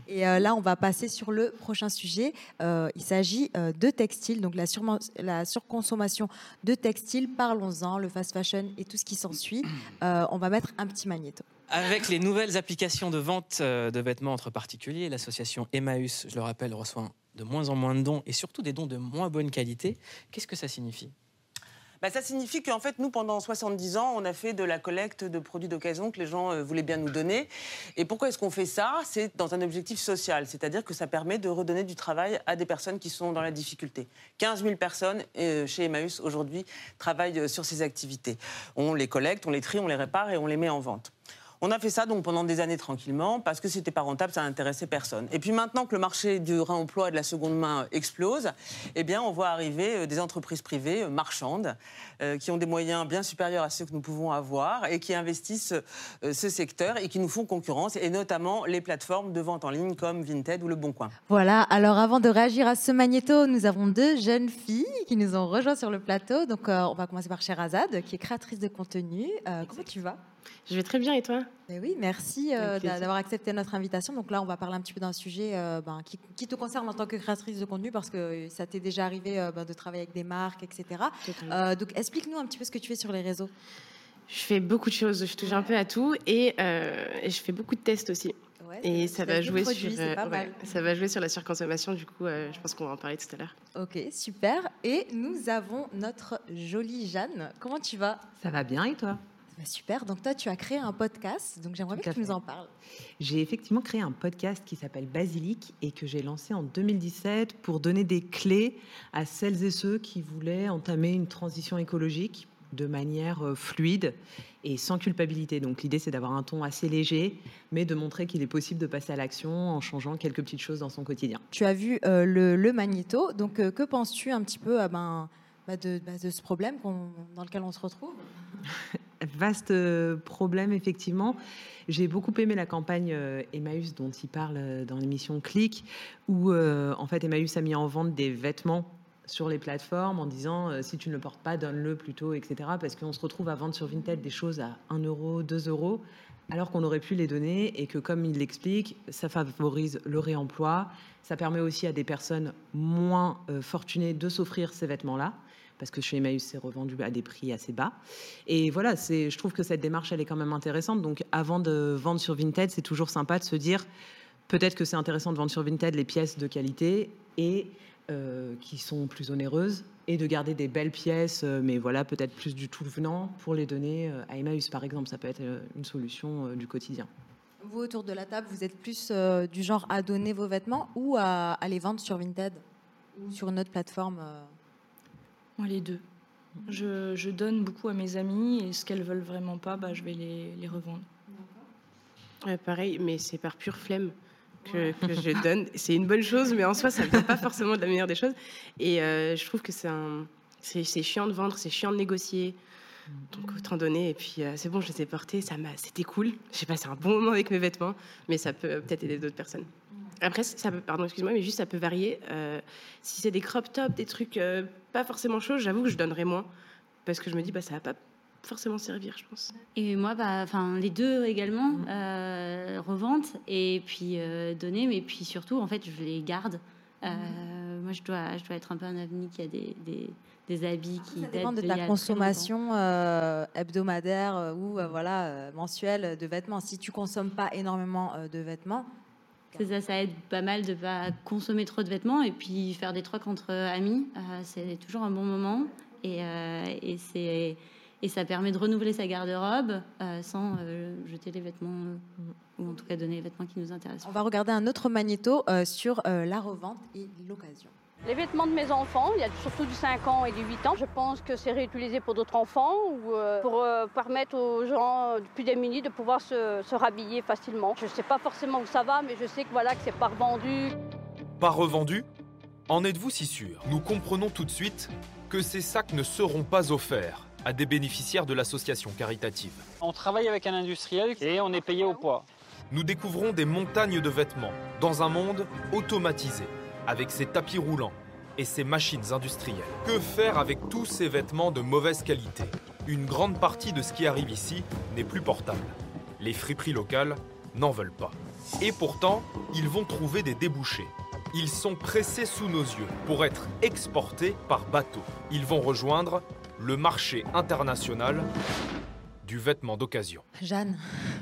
Et euh, là, on va passer sur le prochain sujet. Euh, il s'agit euh, de textile, donc la, surma- la surconsommation de textile. Parlons-en, le fast fashion et tout ce qui s'ensuit. Euh, on va mettre un petit magnéto. Avec les nouvelles applications de vente de vêtements entre particuliers, l'association Emmaüs, je le rappelle, reçoit de moins en moins de dons et surtout des dons de moins bonne qualité. Qu'est-ce que ça signifie ? Bah, ça signifie qu'en fait, nous, pendant soixante-dix ans, on a fait de la collecte de produits d'occasion que les gens euh, voulaient bien nous donner. Et pourquoi est-ce qu'on fait ça ? C'est dans un objectif social, c'est-à-dire que ça permet de redonner du travail à des personnes qui sont dans la difficulté. quinze mille personnes euh, chez Emmaüs, aujourd'hui, travaillent euh, sur ces activités. On les collecte, on les trie, on les répare et on les met en vente. On a fait ça donc pendant des années tranquillement parce que c'était pas rentable, ça n'intéressait personne. Et puis maintenant que le marché du réemploi et de la seconde main explose, eh bien on voit arriver des entreprises privées marchandes euh, qui ont des moyens bien supérieurs à ceux que nous pouvons avoir et qui investissent euh, ce secteur et qui nous font concurrence, et notamment les plateformes de vente en ligne comme Vinted ou Le Bon Coin. Voilà, alors avant de réagir à ce magnéto, nous avons deux jeunes filles qui nous ont rejoints sur le plateau. Donc euh, on va commencer par Sherazade, qui est créatrice de contenu. Euh, comment tu vas ? Je vais très bien, et toi ? Eh oui, merci euh, d'avoir accepté notre invitation. Donc là, on va parler un petit peu d'un sujet euh, ben, qui, qui te concerne en tant que créatrice de contenu, parce que ça t'est déjà arrivé euh, ben, de travailler avec des marques, et cetera. Euh, donc explique-nous un petit peu ce que tu fais sur les réseaux. Je fais beaucoup de choses, je touche un peu à tout, et, euh, et je fais beaucoup de tests aussi. Ouais, et ça va, jouer produits, sur, euh, ouais, ça va jouer sur la surconsommation, du coup, euh, je pense qu'on va en parler tout à l'heure. Ok, super. Et nous avons notre jolie Jeanne. Comment tu vas ? Ça va bien, et toi ? Super, donc toi tu as créé un podcast, donc j'aimerais bien que tu nous en parles. J'ai effectivement créé un podcast qui s'appelle Basilic et que j'ai lancé en deux mille dix-sept pour donner des clés à celles et ceux qui voulaient entamer une transition écologique de manière fluide et sans culpabilité. Donc l'idée c'est d'avoir un ton assez léger, mais de montrer qu'il est possible de passer à l'action en changeant quelques petites choses dans son quotidien. Tu as vu euh, le, le magnéto, donc euh, que penses-tu un petit peu euh, ben, bah de, bah de ce problème qu'on, dans lequel on se retrouve ? Vaste problème, effectivement. J'ai beaucoup aimé la campagne euh, Emmaüs dont il parle dans l'émission Click, où euh, en fait Emmaüs a mis en vente des vêtements sur les plateformes en disant euh, si tu ne le portes pas, donne-le plutôt, et cetera. Parce qu'on se retrouve à vendre sur Vinted des choses à un euro, deux euros, alors qu'on aurait pu les donner et que, comme il l'explique, ça favorise le réemploi. Ça permet aussi à des personnes moins euh, fortunées de s'offrir ces vêtements-là, parce que chez Emmaüs, c'est revendu à des prix assez bas. Et voilà, c'est, je trouve que cette démarche, elle est quand même intéressante. Donc, avant de vendre sur Vinted, c'est toujours sympa de se dire, peut-être que c'est intéressant de vendre sur Vinted les pièces de qualité et euh, qui sont plus onéreuses, et de garder des belles pièces, euh, mais voilà, peut-être plus du tout venant, pour les donner à Emmaüs, par exemple. Ça peut être une solution euh, du quotidien. Vous, autour de la table, vous êtes plus euh, du genre à donner vos vêtements ou à, à les vendre sur Vinted ou sur une autre plateforme euh... Moi, les deux. Je, je donne beaucoup à mes amis et ce qu'elles veulent vraiment pas, bah, je vais les, les revendre. Ouais, pareil, mais c'est par pure flemme que, que je donne. C'est une bonne chose, mais en soi, ça ne vient pas forcément de la meilleure des choses. Et euh, je trouve que c'est, un, c'est, c'est chiant de vendre, c'est chiant de négocier. Donc, autant donner. Et puis, euh, c'est bon, je les ai portés, ça m'a, c'était cool. J'ai passé un bon moment avec mes vêtements, mais ça peut peut-être aider d'autres personnes. Après, ça peut, pardon, excuse-moi, mais juste ça peut varier. Euh, si c'est des crop tops, des trucs euh, pas forcément chauds, j'avoue que je donnerais moins, parce que je me dis bah ça va pas forcément servir, je pense. Et moi, bah, enfin les deux également, euh, revente et puis euh, donner, mais puis surtout en fait je les garde. Euh, moi, je dois, je dois être un peu un ovni qui a des, des, des habits qui ça dépend de de ta consommation euh, hebdomadaire euh, ou euh, voilà euh, mensuelle de vêtements. Si tu consommes pas énormément euh, de vêtements. C'est ça, ça aide pas mal de ne pas consommer trop de vêtements et puis faire des trocs entre amis. Euh, c'est toujours un bon moment et, euh, et, c'est, et ça permet de renouveler sa garde-robe euh, sans euh, jeter les vêtements euh, ou en tout cas donner les vêtements qui nous intéressent. On va regarder un autre magnéto euh, sur euh, la revente et l'occasion. Les vêtements de mes enfants, il y a surtout du cinq ans et du huit ans. Je pense que c'est réutilisé pour d'autres enfants ou euh, pour euh, permettre aux gens plus démunis de pouvoir se, se rhabiller facilement. Je ne sais pas forcément où ça va, mais je sais que, voilà, que c'est pas revendu. Pas revendu ? En êtes-vous si sûr ? Nous comprenons tout de suite que ces sacs ne seront pas offerts à des bénéficiaires de l'association caritative. On travaille avec un industriel et on est payé au poids. Nous découvrons des montagnes de vêtements dans un monde automatisé, avec ses tapis roulants et ses machines industrielles. Que faire avec tous ces vêtements de mauvaise qualité ? Une grande partie de ce qui arrive ici n'est plus portable. Les friperies locales n'en veulent pas. Et pourtant, ils vont trouver des débouchés. Ils sont pressés sous nos yeux pour être exportés par bateau. Ils vont rejoindre le marché international du vêtement d'occasion. Jeanne.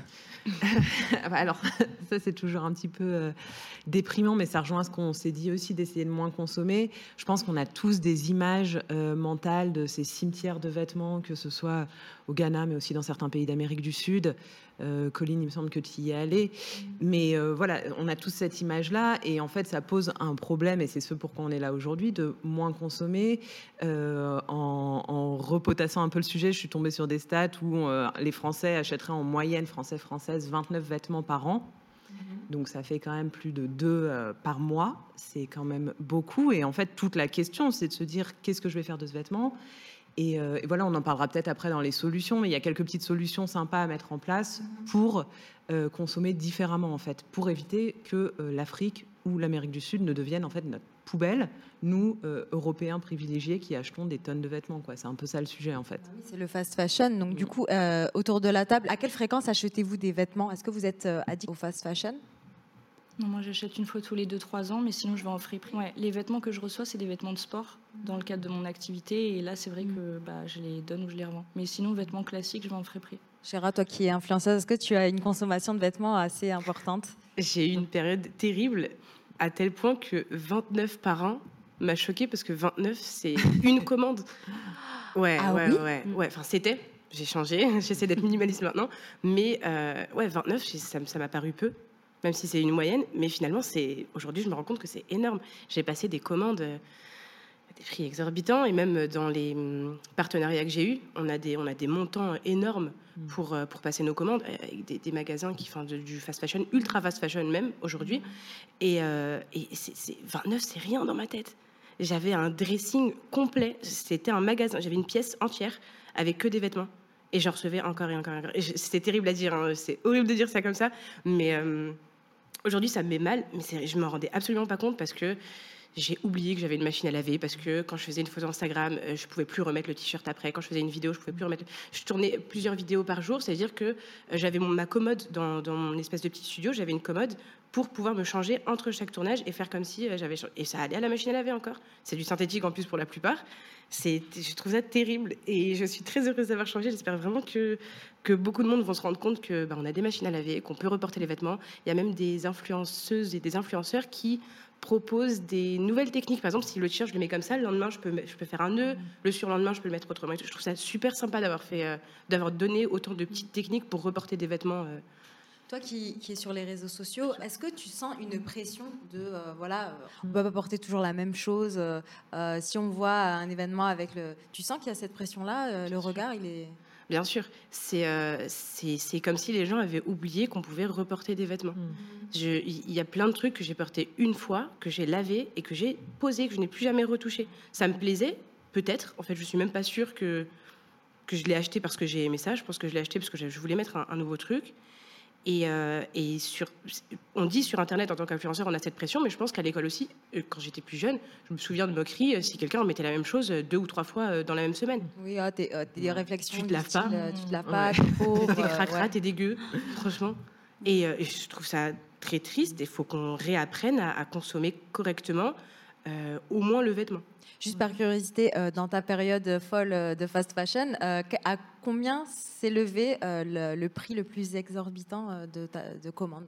Alors, ça, c'est toujours un petit peu euh, déprimant, mais ça rejoint ce qu'on s'est dit aussi d'essayer de moins consommer. Je pense qu'on a tous des images euh, mentales de ces cimetières de vêtements, que ce soit au Ghana, mais aussi dans certains pays d'Amérique du Sud. Euh, Colline, il me semble que tu y es allée. Mais euh, voilà, on a tous cette image-là, et en fait, ça pose un problème, et c'est ce pourquoi on est là aujourd'hui, de moins consommer. Euh, en, en repotassant un peu le sujet, je suis tombée sur des stats où euh, les Français achèteraient en moyenne, Français-Françaises, vingt-neuf vêtements par an. Donc ça fait quand même plus de deux euh, par mois. C'est quand même beaucoup. Et en fait, toute la question, c'est de se dire qu'est-ce que je vais faire de ce vêtement. Et, euh, et voilà, on en parlera peut-être après dans les solutions, mais il y a quelques petites solutions sympas à mettre en place pour euh, consommer différemment, en fait, pour éviter que euh, l'Afrique ou l'Amérique du Sud ne deviennent en fait notre poubelle, nous, euh, Européens privilégiés qui achetons des tonnes de vêtements, quoi. C'est un peu ça le sujet, en fait. Oui, c'est le fast fashion. Donc, du coup, euh, autour de la table, à quelle fréquence achetez-vous des vêtements? Est-ce que vous êtes euh, addict au fast fashion? Non, moi j'achète une fois tous les deux trois ans, mais sinon je vais en friperie. Ouais, les vêtements que je reçois, c'est des vêtements de sport dans le cadre de mon activité. Et là, c'est vrai que bah, je les donne ou je les revends. Mais sinon, vêtements classiques, je vais en friperie. Chéra, toi qui es influenceuse, est-ce que tu as une consommation de vêtements assez importante? J'ai eu une période terrible, à tel point que vingt-neuf par an m'a choquée, parce que vingt-neuf, c'est une commande. Ouais, Ah ouais, oui ouais, ouais. Enfin, c'était. J'ai changé. J'essaie d'être minimaliste maintenant. Mais euh, ouais, vingt-neuf, ça ça m'a paru peu. Même si c'est une moyenne, mais finalement, c'est aujourd'hui, je me rends compte que c'est énorme. J'ai passé des commandes euh, à des prix exorbitants, et même dans les hum, partenariats que j'ai eus, on a des, on a des montants énormes pour, euh, pour passer nos commandes, avec des, des magasins qui font de- du fast fashion, ultra fast fashion même aujourd'hui. Et, euh, et c'est, c'est- vingt-neuf, c'est rien dans ma tête. J'avais un dressing complet, c'était un magasin, j'avais une pièce entière avec que des vêtements. Et j'en recevais encore et encore et encore. Et je- c'était terrible à dire, hein, c'est horrible de dire ça comme ça, mais... euh, Aujourd'hui, ça me met mal, mais c'est- je ne m'en rendais absolument pas compte, parce que j'ai oublié que j'avais une machine à laver, parce que quand je faisais une photo Instagram, euh, je ne pouvais plus remettre le t-shirt après. Quand je faisais une vidéo, je ne pouvais plus remettre... Je tournais plusieurs vidéos par jour, c'est-à-dire que euh, j'avais mon, ma commode dans, dans mon espèce de petit studio, j'avais une commode pour pouvoir me changer entre chaque tournage et faire comme si euh, j'avais... cha- Et ça allait à la machine à laver encore. C'est du synthétique en plus pour la plupart. C'est, je trouve ça terrible, et je suis très heureuse d'avoir changé. J'espère vraiment que, que beaucoup de monde vont se rendre compte que bah, on a des machines à laver, qu'on peut reporter les vêtements. Il y a même des influenceuses et des influenceurs qui proposent des nouvelles techniques. Par exemple, si le t-shirt je le mets comme ça, le lendemain je peux, je peux faire un nœud, le surlendemain je peux le mettre autrement. Je trouve ça super sympa d'avoir fait, euh, d'avoir donné autant de petites techniques pour reporter des vêtements. euh, Toi qui, qui es sur les réseaux sociaux, est-ce que tu sens une pression de, euh, voilà, euh, on ne peut pas porter toujours la même chose euh, euh, si on voit un événement avec le... Tu sens qu'il y a cette pression-là, euh, le regard, il est... Bien sûr, c'est euh, c'est c'est comme si les gens avaient oublié qu'on pouvait reporter des vêtements. Je- Il y a plein de trucs que j'ai portés une fois, que j'ai lavé et que j'ai posé, que je n'ai plus jamais retouché. Ça me plaisait, peut-être. En fait, je suis même pas sûre que, que je l'ai acheté parce que j'ai aimé ça. Je pense que je l'ai acheté parce que je voulais mettre un, un nouveau truc. Et, euh, et sur, on dit sur Internet, en tant qu'influenceur, on a cette pression, mais je pense qu'à l'école aussi, euh, quand j'étais plus jeune, je me souviens de moqueries euh, si quelqu'un mettait la même chose euh, deux ou trois fois euh, dans la même semaine. Oui, ah, t'es, euh, t'es des réflexions Tu te du laves style, pas. euh, tu te laves Ouais. pas, t'es pauvre, T'es euh, cracra, ouais. t'es dégueu, franchement. Et, euh, et je trouve ça très triste. Il faut qu'on réapprenne à, à consommer correctement, euh, au moins le vêtement. Juste par curiosité, euh, dans ta période folle euh, de fast fashion, euh, qu- à combien s'est levé euh, le, le prix le plus exorbitant euh, de, ta, de commande?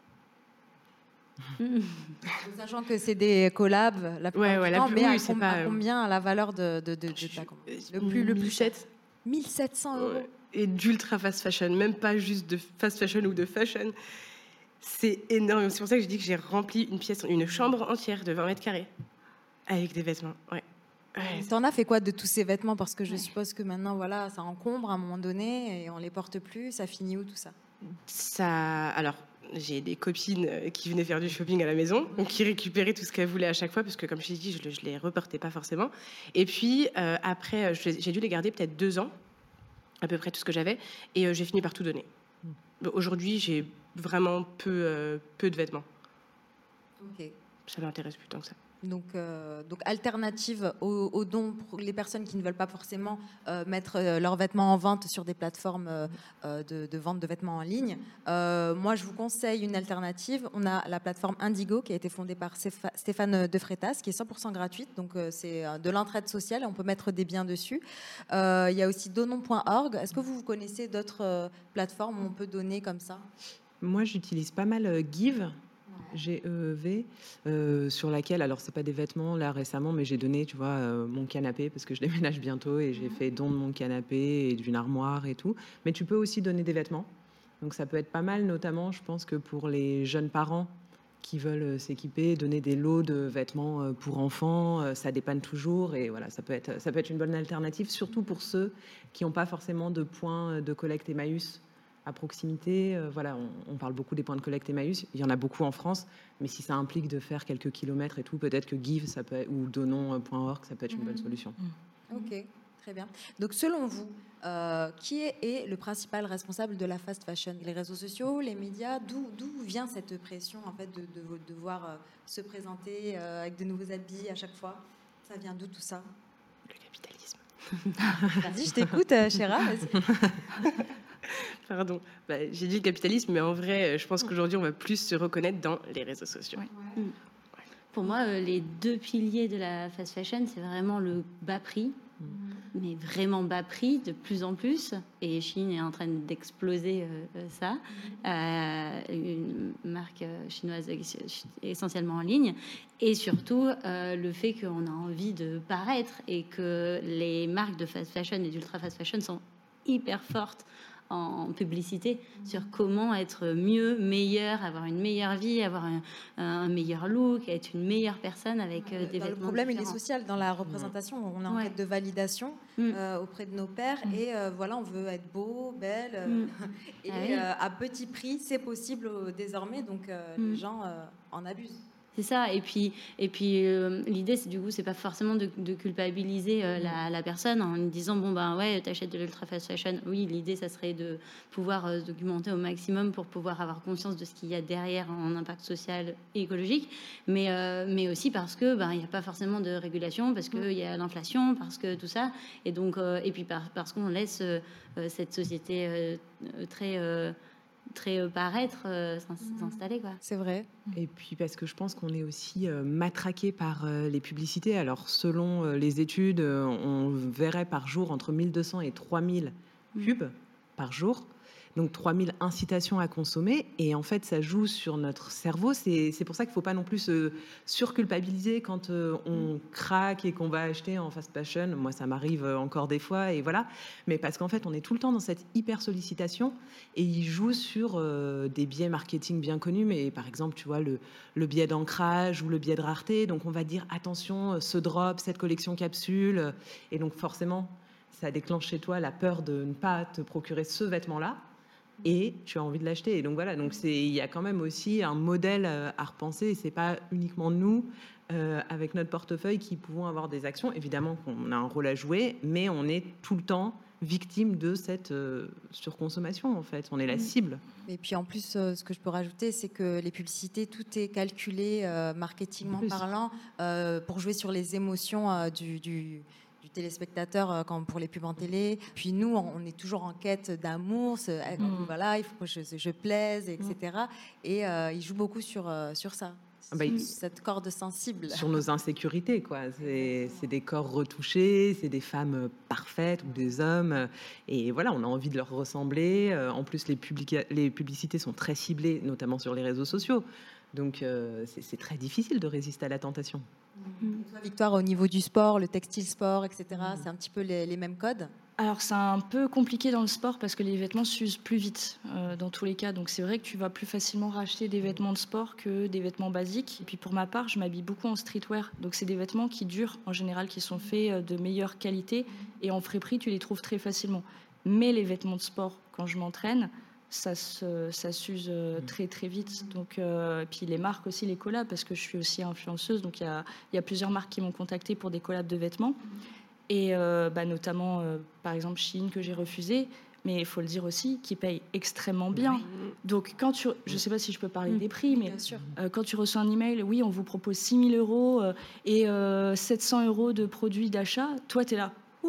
Sachant que c'est des collabs la plupart Ouais, du ouais, la temps, plus- mais oui, à, oui, c'est com- pas, à euh, combien la valeur de, de, de, de ta commande? Le plus, le plus cher. mille sept cents euros. Ouais. Et d'ultra fast fashion, même pas juste de fast fashion ou de fashion. C'est énorme. C'est pour ça que je dis que j'ai rempli une pièce, une chambre entière de vingt mètres carrés avec des vêtements. Ouais. Ouais, T'en as fait quoi de tous ces vêtements? Parce que je suppose que maintenant, voilà, ça encombre à un moment donné et on les porte plus. Ça finit où tout ça? Ça, alors, j'ai des copines euh, qui venaient faire du shopping à la maison, donc qui récupéraient tout ce qu'elles voulaient à chaque fois, parce que comme je t'ai dit, je ne les reportais pas forcément. Et puis, euh, après, euh, je les- j'ai dû les garder peut-être deux ans, à peu près tout ce que j'avais, et euh, j'ai fini par tout donner. Aujourd'hui, j'ai vraiment peu, euh, peu de vêtements. Ok. Ça m'intéresse plus tant que ça. Donc, euh, donc alternative aux, aux dons pour les personnes qui ne veulent pas forcément euh, mettre euh, leurs vêtements en vente sur des plateformes euh, euh, de, de vente de vêtements en ligne. Euh, moi, je vous conseille une alternative. On a la plateforme Indigo qui a été fondée par Stéphane Stéphane De Freitas, qui est cent pour cent gratuite. Donc, euh, c'est de l'entraide sociale et on peut mettre des biens dessus. Euh, il y a aussi donon point org. Est-ce que vous, vous connaissez d'autres euh, plateformes où on peut donner comme ça? Moi, j'utilise pas mal euh, Give. G E E V, euh, sur laquelle, alors c'est pas des vêtements là récemment, mais j'ai donné, tu vois, euh, mon canapé parce que je déménage bientôt et j'ai fait don de mon canapé et d'une armoire et tout. Mais tu peux aussi donner des vêtements, donc ça peut être pas mal, notamment, je pense que pour les jeunes parents qui veulent s'équiper, donner des lots de vêtements pour enfants, ça dépanne toujours et voilà, ça peut être, ça peut être une bonne alternative, surtout pour ceux qui n'ont pas forcément de points de collecte Emmaüs à proximité. Euh, voilà, on, on parle beaucoup des points de collecte Emmaüs. Il y en a beaucoup en France, mais si ça implique de faire quelques kilomètres et tout, peut-être que Give ça peut, ou donon point org, ça peut être une bonne solution. Ok, très bien. Donc, selon vous, euh, qui est, est le principal responsable de la fast fashion? Les réseaux sociaux, les médias? D'où d'où vient cette pression en fait de, de, de devoir euh, se présenter euh, avec de nouveaux habits à chaque fois? Ça vient d'où tout ça? Le capitalisme. Vas-y, je t'écoute, euh, Chéra. Pardon, bah, j'ai dit le capitalisme, mais en vrai, je pense qu'aujourd'hui, on va plus se reconnaître dans les réseaux sociaux. Ouais. Ouais. Pour moi, euh, les deux piliers de la fast fashion, c'est vraiment le bas prix, mmh. mais vraiment bas prix de plus en plus. Et Shein est en train d'exploser euh, ça. Euh, une marque chinoise essentiellement en ligne. Et surtout, euh, le fait qu'on a envie de paraître et que les marques de fast fashion et d'ultra fast fashion sont hyper fortes en publicité sur comment être mieux, meilleur, avoir une meilleure vie, avoir un, un meilleur look, être une meilleure personne avec euh, des dans vêtements Le problème, différents. il est social dans la représentation. On est en Ouais. quête de validation mm. euh, auprès de nos pairs mm. et euh, voilà, on veut être beau, belle euh, mm. et ah oui. euh, à petit prix, c'est possible euh, désormais, donc euh, mm. les gens euh, en abusent. C'est ça, et puis, et puis euh, l'idée, c'est du coup, c'est pas forcément de, de culpabiliser euh, la, la personne en lui disant bon ben ouais, t'achètes de l'ultra fast fashion. Oui, l'idée, ça serait de pouvoir euh, se documenter au maximum pour pouvoir avoir conscience de ce qu'il y a derrière en impact social et écologique, mais euh, mais aussi parce que ben il n'y a pas forcément de régulation, parce que il y a l'inflation, parce que tout ça, et donc euh, et puis par, parce qu'on laisse euh, cette société euh, très euh, très euh, paraître, euh, s'installer, quoi. C'est vrai. Et puis parce que je pense qu'on est aussi euh, matraqué par euh, les publicités. Alors selon euh, les études, euh, on verrait par jour entre mille deux cents et trois mille pubs mmh. par jour. Donc trois mille incitations à consommer. Et en fait, ça joue sur notre cerveau. C'est, c'est pour ça qu'il ne faut pas non plus se surculpabiliser quand euh, on craque et qu'on va acheter en fast fashion. Moi, ça m'arrive encore des fois. Et voilà. Mais parce qu'en fait, on est tout le temps dans cette hyper sollicitation. Et il joue sur euh, des biais marketing bien connus. Mais par exemple, tu vois, le, le biais d'ancrage ou le biais de rareté. Donc on va dire, attention, ce drop, cette collection capsule. Et donc forcément, ça déclenche chez toi la peur de ne pas te procurer ce vêtement-là. Et tu as envie de l'acheter. Et donc voilà, donc c'est, il y a quand même aussi un modèle à repenser. Et c'est pas uniquement nous, euh, avec notre portefeuille, qui pouvons avoir des actions. Évidemment qu'on a un rôle à jouer, mais on est tout le temps victime de cette euh, surconsommation, en fait. On est la cible. Et puis en plus, euh, ce que je peux rajouter, c'est que les publicités, tout est calculé, euh, marketingment parlant, euh, pour jouer sur les émotions euh, du... du du téléspectateur quand pour les pubs en télé. Puis nous, on est toujours en quête d'amour. Ce, mmh. Voilà, il faut que je, je plaise, et cetera. Et euh, il joue beaucoup sur, euh, sur ça. Ah bah, cette corde sensible. Sur nos insécurités, quoi. C'est, c'est des corps retouchés, c'est des femmes parfaites ou des hommes. Et voilà, on a envie de leur ressembler. En plus, les, publica- les publicités sont très ciblées, notamment sur les réseaux sociaux. Donc, euh, c'est, c'est très difficile de résister à la tentation. Mmh. Toi, Victoire, au niveau du sport, le textile sport, et cetera, mmh. c'est un petit peu les, les mêmes codes? Alors, c'est un peu compliqué dans le sport parce que les vêtements s'usent plus vite euh, dans tous les cas. Donc, c'est vrai que tu vas plus facilement racheter des vêtements de sport que des vêtements basiques. Et puis, pour ma part, je m'habille beaucoup en streetwear. Donc, c'est des vêtements qui durent en général, qui sont faits de meilleure qualité. Et en friperie, tu les trouves très facilement. Mais les vêtements de sport, quand je m'entraîne, ça, se, ça s'use très très vite. Donc, euh, et puis les marques aussi, les collabs, parce que je suis aussi influenceuse. Donc, il y a, y a plusieurs marques qui m'ont contactée pour des collabs de vêtements. Et euh, bah, notamment, euh, par exemple, Shein, que j'ai refusé. mais il faut le dire aussi, qui payent extrêmement bien. Oui. Donc, quand tu, je ne sais pas si je peux parler mmh. des prix, mais euh, quand tu reçois un email, oui, on vous propose six mille euros euh, et euh, sept cents euros de produits d'achat, toi, tu es là. Ouh.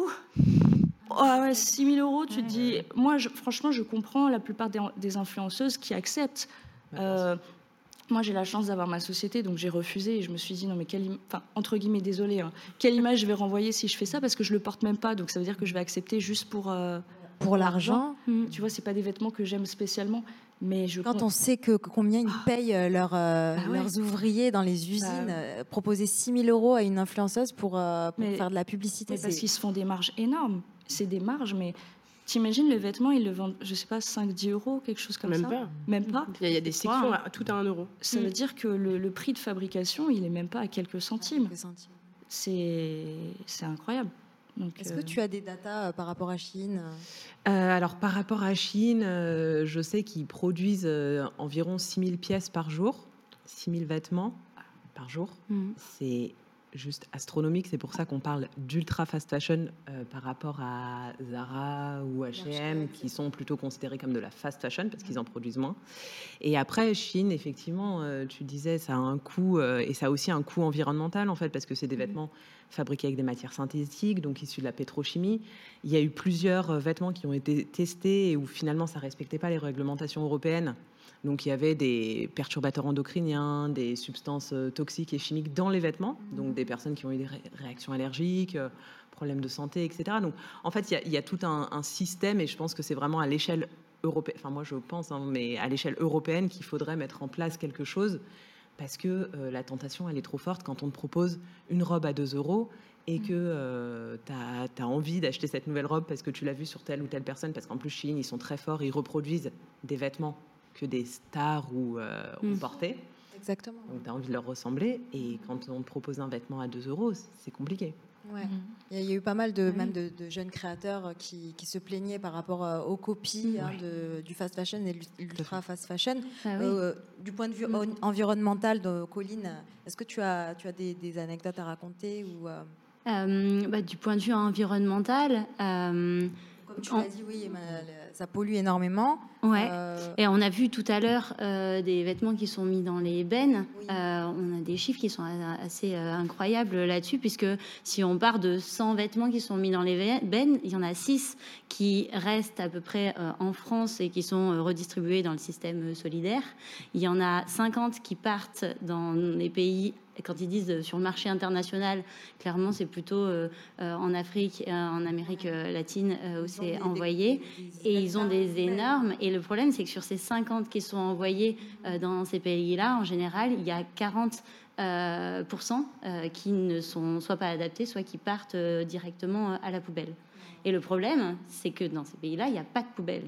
Oh, ouais, six mille euros, tu te dis... Moi, je, franchement, je comprends la plupart des, des influenceuses qui acceptent. Euh, moi, j'ai la chance d'avoir ma société, donc j'ai refusé et je me suis dit, non, mais quelle im... enfin, entre guillemets, désolée, hein, quelle image je vais renvoyer si je fais ça, parce que je le porte même pas, donc ça veut dire que je vais accepter juste pour... Euh, pour l'argent. Mmh. Tu vois, c'est pas des vêtements que j'aime spécialement. Mais je Quand on sait que, que combien ils payent leurs, euh, bah ouais. leurs ouvriers dans les usines, bah, euh, proposer six mille euros à une influenceuse pour, euh, pour faire de la publicité. Mais parce qu'ils se font des marges énormes. C'est des marges, mais t'imagines le vêtement, ils le vendent, je sais pas, cinq à dix euros, quelque chose comme même ça. Pas. Même pas. Il y a, il y a des sections à tout à un euro. Ça mmh. veut dire que le, le prix de fabrication, il est même pas à quelques centimes. Quelques centimes. C'est, c'est incroyable. Donc, Est-ce euh... que tu as des datas euh, par rapport à Chine euh, Alors, par rapport à Chine, euh, je sais qu'ils produisent euh, environ six mille pièces par jour, six mille vêtements par jour. Mmh. C'est juste astronomique. C'est pour ça qu'on parle d'ultra fast fashion euh, par rapport à Zara ou H et M, qui sont plutôt considérés comme de la fast fashion parce qu'ils en produisent moins. Et après, Chine, effectivement, euh, tu disais, ça a un coût, euh, et ça a aussi un coût environnemental, en fait, parce que c'est des mmh. vêtements fabriqués avec des matières synthétiques, donc issus de la pétrochimie. Il y a eu plusieurs euh, vêtements qui ont été testés et où finalement ça ne respectait pas les réglementations européennes. Donc il y avait des perturbateurs endocriniens, des substances euh, toxiques et chimiques dans les vêtements, donc des personnes qui ont eu des ré- réactions allergiques, euh, problèmes de santé, et cetera. Donc en fait, il y a, il y a tout un, un système, et je pense que c'est vraiment à l'échelle européenne, enfin moi je pense, hein, mais à l'échelle européenne qu'il faudrait mettre en place quelque chose, parce que euh, la tentation, elle est trop forte quand on te propose une robe à deux euros et que euh, tu as envie d'acheter cette nouvelle robe parce que tu l'as vue sur telle ou telle personne, parce qu'en plus, Chine, ils sont très forts, ils reproduisent des vêtements que des stars ou euh, mmh. ont porté. Exactement. Donc, tu as envie de leur ressembler, et quand on te propose un vêtement à deux euros, c'est compliqué. Ouais. Mmh. Il y a eu pas mal de, même de, de jeunes créateurs qui, qui se plaignaient par rapport aux copies mmh. hein, de, du fast fashion et l'ultra fast fashion. Ah, oui. euh, du point de vue mmh. environnemental, de Colline, est-ce que tu as, tu as des, des anecdotes à raconter ou euh... Euh, bah, du point de vue environnemental, euh, comme tu on... l'as dit, oui, ça pollue énormément. Ouais. Euh... Et on a vu tout à l'heure euh, des vêtements qui sont mis dans les bennes. Oui. Euh, on a des chiffres qui sont assez euh, incroyables là-dessus, puisque si on part de cent vêtements qui sont mis dans les bennes, il y en a six qui restent à peu près euh, en France et qui sont euh, redistribués dans le système solidaire. Il y en a cinquante qui partent dans les pays. Et quand ils disent sur le marché international, clairement, c'est plutôt euh, euh, en Afrique, euh, en Amérique euh, latine euh, où c'est envoyé. Et ils ont des énormes. Et le problème, c'est que sur ces cinquante qui sont envoyés euh, dans ces pays-là, en général, il y a quarante euh, pour cent euh, qui ne sont soit pas adaptés, soit qui partent euh, directement à la poubelle. Et le problème, c'est que dans ces pays-là, il n'y a pas de poubelle.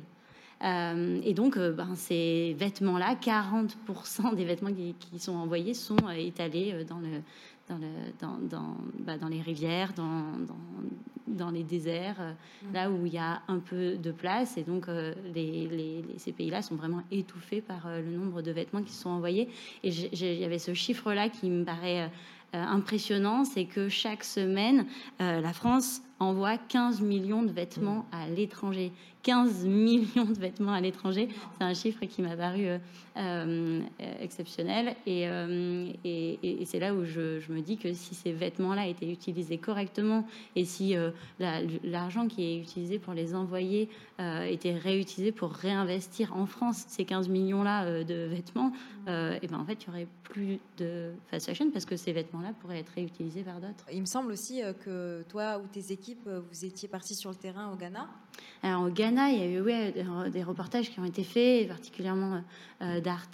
Euh, et donc, euh, ben, ces vêtements-là, quarante pour cent des vêtements qui, qui sont envoyés sont euh, étalés euh, dans, le, dans, le, dans, dans, bah, dans les rivières, dans, dans, dans les déserts, euh, mmh. là où il y a un peu de place. Et donc, euh, les, les, les, ces pays-là sont vraiment étouffés par euh, le nombre de vêtements qui sont envoyés. Et il y avait ce chiffre-là qui me paraît euh, impressionnant, c'est que chaque semaine, euh, la France envoie quinze millions de vêtements à l'étranger. quinze millions de vêtements à l'étranger, c'est un chiffre qui m'a paru euh, euh, exceptionnel. Et, euh, et, et c'est là où je, je me dis que si ces vêtements-là étaient utilisés correctement et si euh, la, l'argent qui est utilisé pour les envoyer euh, était réutilisé pour réinvestir en France ces quinze millions-là euh, de vêtements, euh, et ben en fait, il n'y aurait plus de fast fashion parce que ces vêtements-là pourraient être réutilisés par d'autres. Il me semble aussi euh, que toi ou tes équipes, vous étiez partis sur le terrain au Ghana. Alors, au Ghana, il y a eu ouais, des reportages qui ont été faits, particulièrement euh, d'Arte,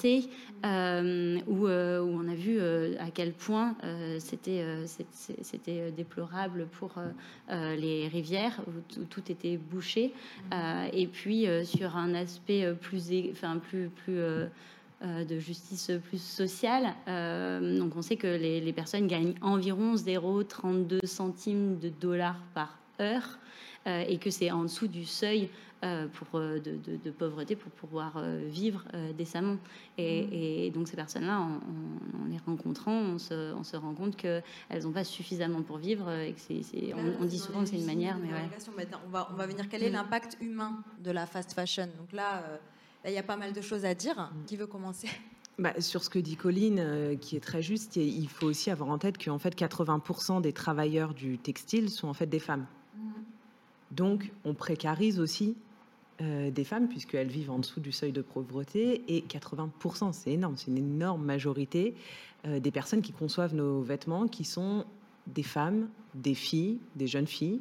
euh, où, euh, où on a vu euh, à quel point euh, c'était, euh, c'était déplorable pour euh, les rivières, où, où tout était bouché. Euh, et puis, euh, sur un aspect plus, enfin, plus, plus euh, de justice plus sociale. Euh, donc on sait que les, les personnes gagnent environ zéro virgule trente-deux centimes de dollars par heure euh, et que c'est en dessous du seuil euh, pour, euh, de, de, de pauvreté pour pouvoir euh, vivre euh, décemment. Et, mmh. et donc ces personnes-là, en, en, en les rencontrant, on se, on se rend compte qu'elles n'ont pas suffisamment pour vivre et que c'est, c'est, on, on dit souvent que c'est une manière, mais ouais. On va, on va venir, quel est mmh. l'impact humain de la fast fashion? Donc là, euh, là, il y a pas mal de choses à dire. Mmh. Qui veut commencer? Bah, sur ce que dit Colline, euh, qui est très juste, il faut aussi avoir en tête qu'en fait quatre-vingts pour cent des travailleurs du textile sont en fait des femmes. Mmh. Donc on précarise aussi euh, des femmes puisqu'elles vivent en dessous du seuil de pauvreté, et quatre-vingts pour cent, c'est énorme, c'est une énorme majorité euh, des personnes qui conçoivent nos vêtements qui sont des femmes, des filles, des jeunes filles,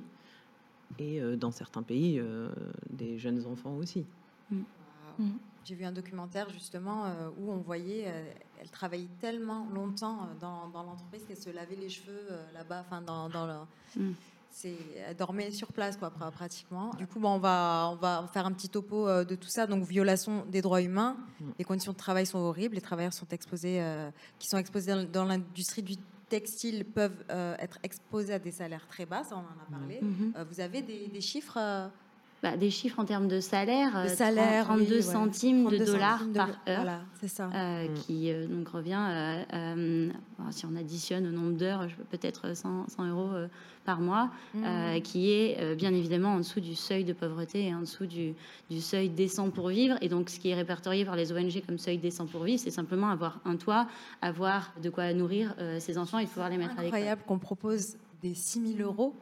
et euh, dans certains pays, euh, des jeunes enfants aussi. Mmh. Wow. Mmh. J'ai vu un documentaire justement euh, où on voyait, euh, elle travaillait tellement longtemps euh, dans, dans l'entreprise qu'elle se lavait les cheveux euh, là-bas, enfin dans, dans le, mm. c'est, elle dormait sur place quoi, pratiquement. Du coup, bon, on va on va faire un petit topo euh, de tout ça. Donc violation des droits humains, mm. les conditions de travail sont horribles, les travailleurs sont exposés, euh, qui sont exposés dans, dans l'industrie du textile peuvent euh, être exposés à des salaires très bas, ça on en a parlé. Mm-hmm. Euh, vous avez des, des chiffres euh, Bah, des chiffres en termes de salaire, de salaire trente-deux oui, centimes ouais. de dollars centimes par de... heure, voilà, c'est ça. Euh, mm. qui euh, donc revient, euh, euh, si on additionne au nombre d'heures, peut-être cent, cent euros euh, par mois, mm. euh, qui est euh, bien évidemment en dessous du seuil de pauvreté et en dessous du, du seuil décent pour vivre. Et donc, ce qui est répertorié par les O N G comme seuil décent pour vivre, c'est simplement avoir un toit, avoir de quoi nourrir euh, ses enfants et pouvoir les mettre à l'école. C'est incroyable qu'on propose des six mille euros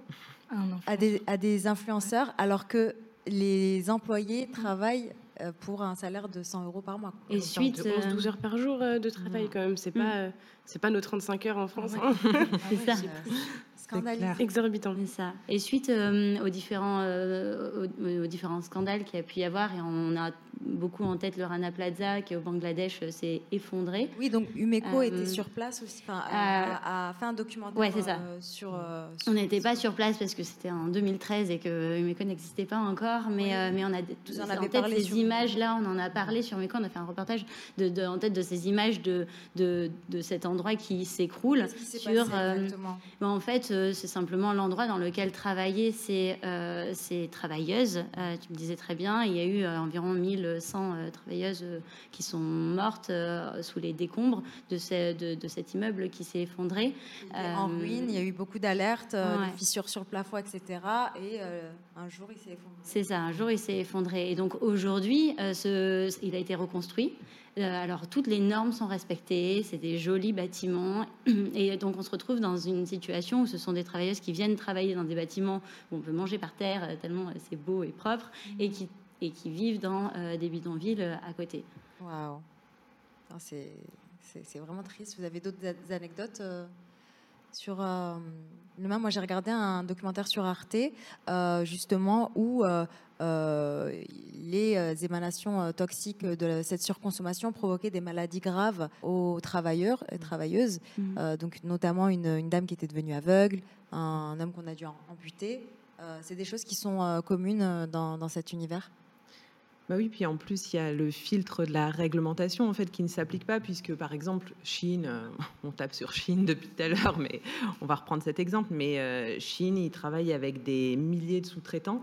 à des, à des influenceurs, ouais. alors que les employés travaillent pour un salaire de cent euros par mois. Et suite, de onze à douze heures par jour de travail, quand même. C'est pas, c'est pas nos trente-cinq heures en France. Ouais. Hein. C'est ça. Scandalisant. Exorbitant. C'est ça. Et suite euh, aux, différents, euh, aux, aux différents scandales qu'il y a pu y avoir, et on a beaucoup en tête le Rana Plaza qui au Bangladesh s'est effondré. Oui, donc Umeco euh, était sur place aussi, enfin, a, a fait un documentaire ouais, c'est ça. Euh, sur, euh, sur... On n'était pas sur place parce que c'était en deux mille treize et que Umeco n'existait pas encore, mais, oui. euh, mais on a tous en, en tête ces sur... images-là, on en a parlé sur Umeco, on a fait un reportage de, de, en tête de ces images de, de, de cet endroit qui s'écroule. Qu'est-ce qui s'est sur, passé euh, exactement ben, en fait, euh, c'est simplement l'endroit dans lequel travaillaient ces, euh, ces travailleuses. Euh, tu me disais très bien, il y a eu euh, environ mille cent euh, travailleuses euh, qui sont mortes euh, sous les décombres de, ce, de, de cet immeuble qui s'est effondré. Euh, en ruine, il y a eu beaucoup d'alertes, euh, ouais. des fissures sur le plafond, et cetera. Et euh, un jour, il s'est effondré. C'est ça, un jour, il s'est effondré. Et donc aujourd'hui, euh, ce, il a été reconstruit. Alors, toutes les normes sont respectées, c'est des jolis bâtiments. Et donc, on se retrouve dans une situation où ce sont des travailleuses qui viennent travailler dans des bâtiments où on peut manger par terre, tellement c'est beau et propre, mmh. et, qui, et qui vivent dans euh, des bidonvilles à côté. Waouh, c'est, c'est, c'est vraiment triste. Vous avez d'autres anecdotes euh, sur... Euh, demain, moi, j'ai regardé un documentaire sur Arte, euh, justement, où... Euh, Euh, les euh, émanations euh, toxiques de la, cette surconsommation provoquaient des maladies graves aux travailleurs et travailleuses, mmh. euh, donc notamment une, une dame qui était devenue aveugle, un, un homme qu'on a dû amputer. Euh, c'est des choses qui sont euh, communes dans, dans cet univers. Bah oui, puis en plus, il y a le filtre de la réglementation en fait, qui ne s'applique pas, puisque par exemple, Chine, euh, on tape sur Chine depuis tout à l'heure, mais on va reprendre cet exemple, mais euh, Chine, ils travaillent avec des milliers de sous-traitants.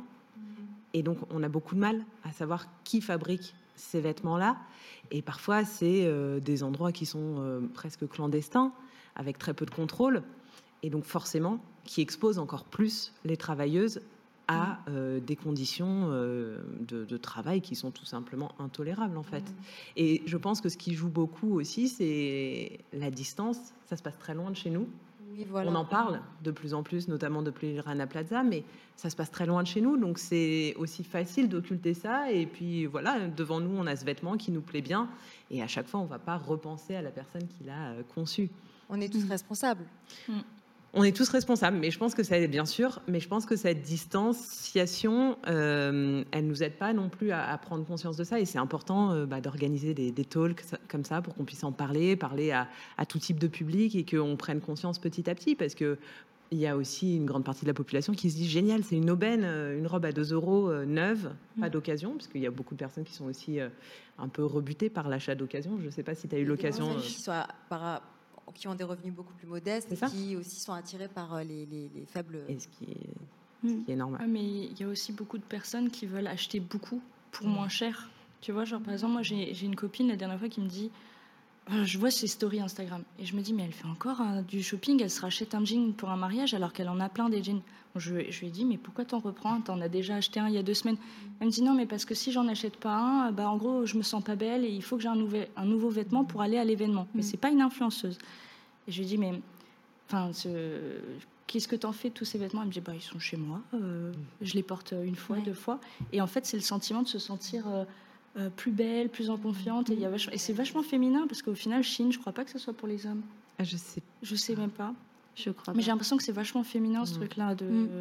Et donc, on a beaucoup de mal à savoir qui fabrique ces vêtements-là. Et parfois, c'est euh, des endroits qui sont euh, presque clandestins, avec très peu de contrôle. Et donc, forcément, qui exposent encore plus les travailleuses à euh, des conditions euh, de, de travail qui sont tout simplement intolérables, en fait. Mmh. Et je pense que ce qui joue beaucoup aussi, c'est la distance. Ça se passe très loin de chez nous. Oui, voilà. On en parle de plus en plus, notamment depuis le Rana Plaza, mais ça se passe très loin de chez nous, donc c'est aussi facile d'occulter ça. Et puis voilà, devant nous, on a ce vêtement qui nous plaît bien, et à chaque fois, on ne va pas repenser à la personne qui l'a conçu. On est tous mmh. responsables. Mmh. On est tous responsables, mais je pense que ça aide, bien sûr, mais je pense que cette distanciation, euh, elle nous aide pas non plus à, à prendre conscience de ça, et c'est important euh, bah, d'organiser des, des talks comme ça pour qu'on puisse en parler, parler à, à tout type de public, et qu'on prenne conscience petit à petit, parce que il y a aussi une grande partie de la population qui se dit génial, c'est une aubaine, une robe à deux euros neuve, pas d'occasion, parce qu'il y a beaucoup de personnes qui sont aussi euh, un peu rebutées par l'achat d'occasion. Je ne sais pas si tu as eu l'occasion. Euh... Qui soit par... qui ont des revenus beaucoup plus modestes et qui aussi sont attirés par les, les, les faibles... Et ce qui est ce qui est normal. Ouais, mais il y a aussi beaucoup de personnes qui veulent acheter beaucoup pour moins cher. Tu vois, genre par exemple, moi j'ai j'ai une copine la dernière fois qui me dit, euh, je vois ses stories Instagram et je me dis mais elle fait encore euh, du shopping, elle se rachète un jean pour un mariage alors qu'elle en a plein des jeans. Je, je lui ai dit mais pourquoi t'en reprends? T'en as déjà acheté un il y a deux semaines. Elle me dit non mais parce que si j'en achète pas un, bah en gros je me sens pas belle et il faut que j'ai un, nouvel, un nouveau vêtement pour aller à l'événement. Mais c'est pas une influenceuse. Et je lui ai dit mais enfin ce... qu'est-ce que t'en fais de tous ces vêtements? Elle me dit bah ils sont chez moi, euh, je les porte une fois, ouais. deux fois. Et en fait c'est le sentiment de se sentir euh, euh, plus belle, plus en confiance. Et, il y a vach... et c'est vachement féminin parce qu'au final Shein, je crois pas que ce soit pour les hommes. Ah, je sais. Je sais même pas. Je crois. Mais pas. j'ai l'impression que c'est vachement féminin ce Mmh. truc-là de. Mmh.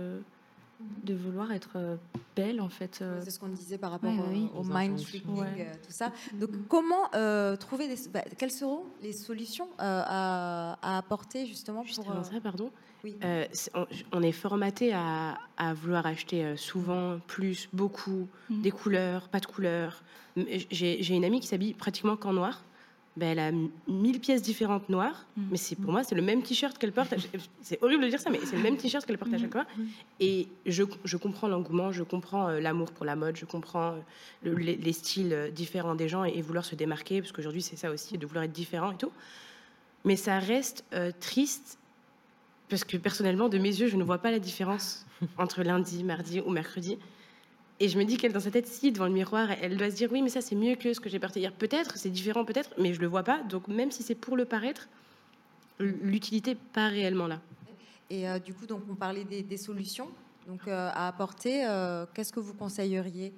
de vouloir être euh, belle en fait. euh. C'est ce qu'on disait par rapport Ouais, au, oui. au Aux mind injonctions. tricking, Ouais. euh, tout ça. Donc, comment euh, trouver des, bah, quelles seront les solutions euh, à, à apporter justement Juste pour avant euh, ça, pardon. oui. Euh, c'est- on, on est formaté à, à vouloir acheter euh, souvent, plus, beaucoup, Mm. des couleurs, pas de couleurs. M- J'ai j'ai une amie qui s'habille pratiquement qu'en noir. Ben, elle a m- mille pièces différentes noires, Mm. mais c'est pour moi c'est le même t-shirt qu'elle porte. à ch- C'est horrible de dire ça, mais c'est le même t-shirt qu'elle porte à chaque fois. Et je, je comprends l'engouement, je comprends euh, l'amour pour la mode, je comprends euh, le- les, les styles euh, différents des gens et, et vouloir se démarquer, parce qu'aujourd'hui c'est ça aussi, de vouloir être différent et tout. Mais ça reste euh, triste, parce que personnellement, de mes yeux, je ne vois pas la différence entre lundi, mardi ou mercredi. Et je me dis qu'elle, dans sa tête, si, devant le miroir, elle doit se dire oui, mais ça c'est mieux que ce que j'ai porté hier. Peut-être, c'est différent peut-être, mais je le vois pas. Donc même si c'est pour le paraître, l'utilité pas réellement là. Et euh, du coup, donc on parlait des, des solutions donc euh, à apporter. euh, Qu'est-ce que vous conseilleriez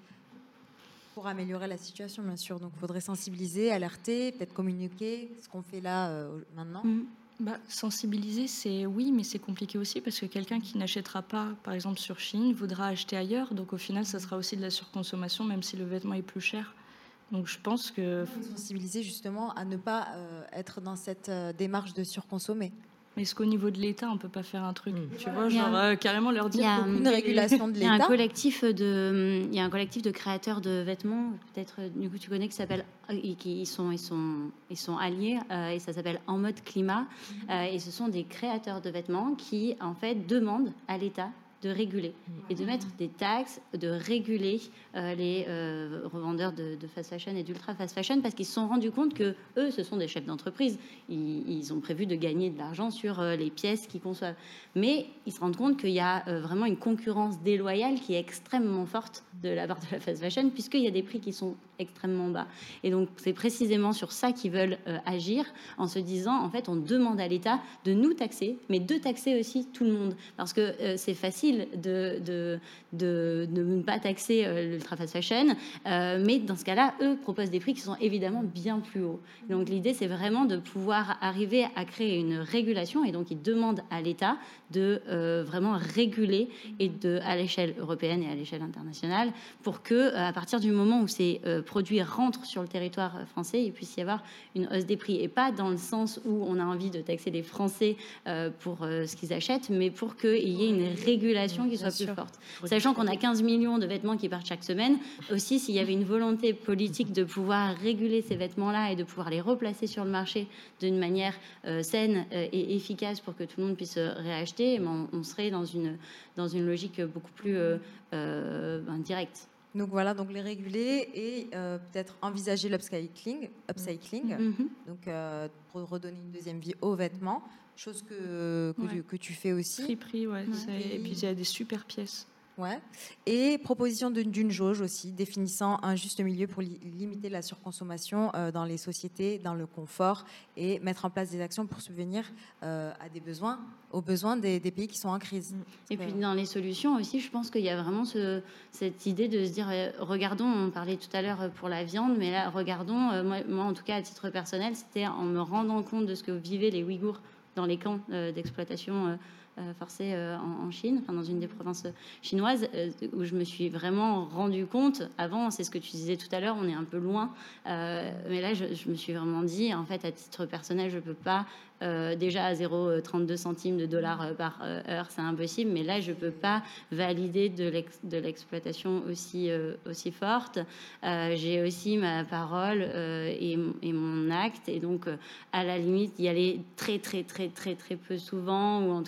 pour améliorer la situation, bien sûr? Donc, il faudrait sensibiliser, alerter, peut-être communiquer, ce qu'on fait là euh, maintenant. Mm. Bah, sensibiliser, c'est oui, mais c'est compliqué aussi parce que quelqu'un qui n'achètera pas, par exemple sur Shein, voudra acheter ailleurs. Donc au final, ça sera aussi de la surconsommation, même si le vêtement est plus cher. Donc je pense que Sensibiliser justement à ne pas euh, être dans cette euh, démarche de surconsommer. est-ce qu'au niveau de l'État, on peut pas faire un truc, tu vois, Il y a genre un- euh, carrément leur Il y dire a beaucoup Une de régulation de Il y a un l'État. collectif de, il y a un collectif de créateurs de vêtements, peut-être du coup tu connais, qui s'appelle, et qui ils sont, ils sont, ils sont alliés, euh, et ça s'appelle En Mode Climat, euh, et ce sont des créateurs de vêtements qui en fait demandent à l'État de réguler et de mettre des taxes, de réguler euh, les euh, revendeurs de, de fast fashion et d'ultra fast fashion parce qu'ils se sont rendus compte que eux, ce sont des chefs d'entreprise. Ils, ils ont prévu de gagner de l'argent sur euh, les pièces qu'ils conçoivent. Mais ils se rendent compte qu'il y a euh, vraiment une concurrence déloyale qui est extrêmement forte de la part de la fast fashion puisqu'il y a des prix qui sont extrêmement bas. Et donc, c'est précisément sur ça qu'ils veulent euh, agir en se disant, en fait, on demande à l'État de nous taxer, mais de taxer aussi tout le monde. Parce que euh, c'est facile de, de, de, de ne pas taxer euh, l'ultra fast fashion, euh, mais dans ce cas-là, eux proposent des prix qui sont évidemment bien plus hauts. Donc l'idée, c'est vraiment de pouvoir arriver à créer une régulation, et donc ils demandent à l'État de euh, vraiment réguler et de, à l'échelle européenne et à l'échelle internationale, pour que euh, à partir du moment où ces euh, produits rentrent sur le territoire français, il puisse y avoir une hausse des prix, et pas dans le sens où on a envie de taxer les Français euh, pour euh, ce qu'ils achètent, mais pour qu'il y ait une régulation qui soit plus forte. Sachant qu'on a quinze millions de vêtements qui partent chaque semaine, aussi s'il y avait une volonté politique de pouvoir réguler ces vêtements-là et de pouvoir les replacer sur le marché d'une manière euh, saine euh, et efficace pour que tout le monde puisse euh, réacheter, on, on serait dans une, dans une logique beaucoup plus euh, euh, ben, directe. Donc voilà, donc les réguler et euh, peut-être envisager l'upcycling, upcycling, Mhm. donc euh, pour redonner une deuxième vie aux vêtements, chose que, que, Ouais. tu, que tu fais aussi. friperies, ouais. c'est- Et puis il y a des super pièces. Ouais. Et proposition d'une d'une jauge aussi, définissant un juste milieu pour li- limiter la surconsommation euh, dans les sociétés, dans le confort, et mettre en place des actions pour subvenir euh, à des besoins, aux besoins des, des pays qui sont en crise. Et puis dans les solutions aussi, je pense qu'il y a vraiment ce, cette idée de se dire, euh, regardons, on parlait tout à l'heure pour la viande, mais là, regardons, euh, moi, moi, en tout cas à titre personnel, c'était en me rendant compte de ce que vivaient les Ouïghours dans les camps euh, d'exploitation euh, euh, forcée euh, en, en Chine, enfin, dans une des provinces chinoises, euh, où je me suis vraiment rendu compte. Avant, c'est ce que tu disais tout à l'heure, on est un peu loin, euh, mais là, je, je me suis vraiment dit, en fait, à titre personnel, je peux pas. Euh, déjà à zéro virgule trente-deux centimes de dollars euh, par euh, heure, c'est impossible, mais là, je ne peux pas valider de, l'ex- de l'exploitation aussi, euh, aussi forte. Euh, j'ai aussi ma parole euh, et, et mon acte, et donc, euh, à la limite, y aller très, très, très, très, très peu souvent, ou en tout cas,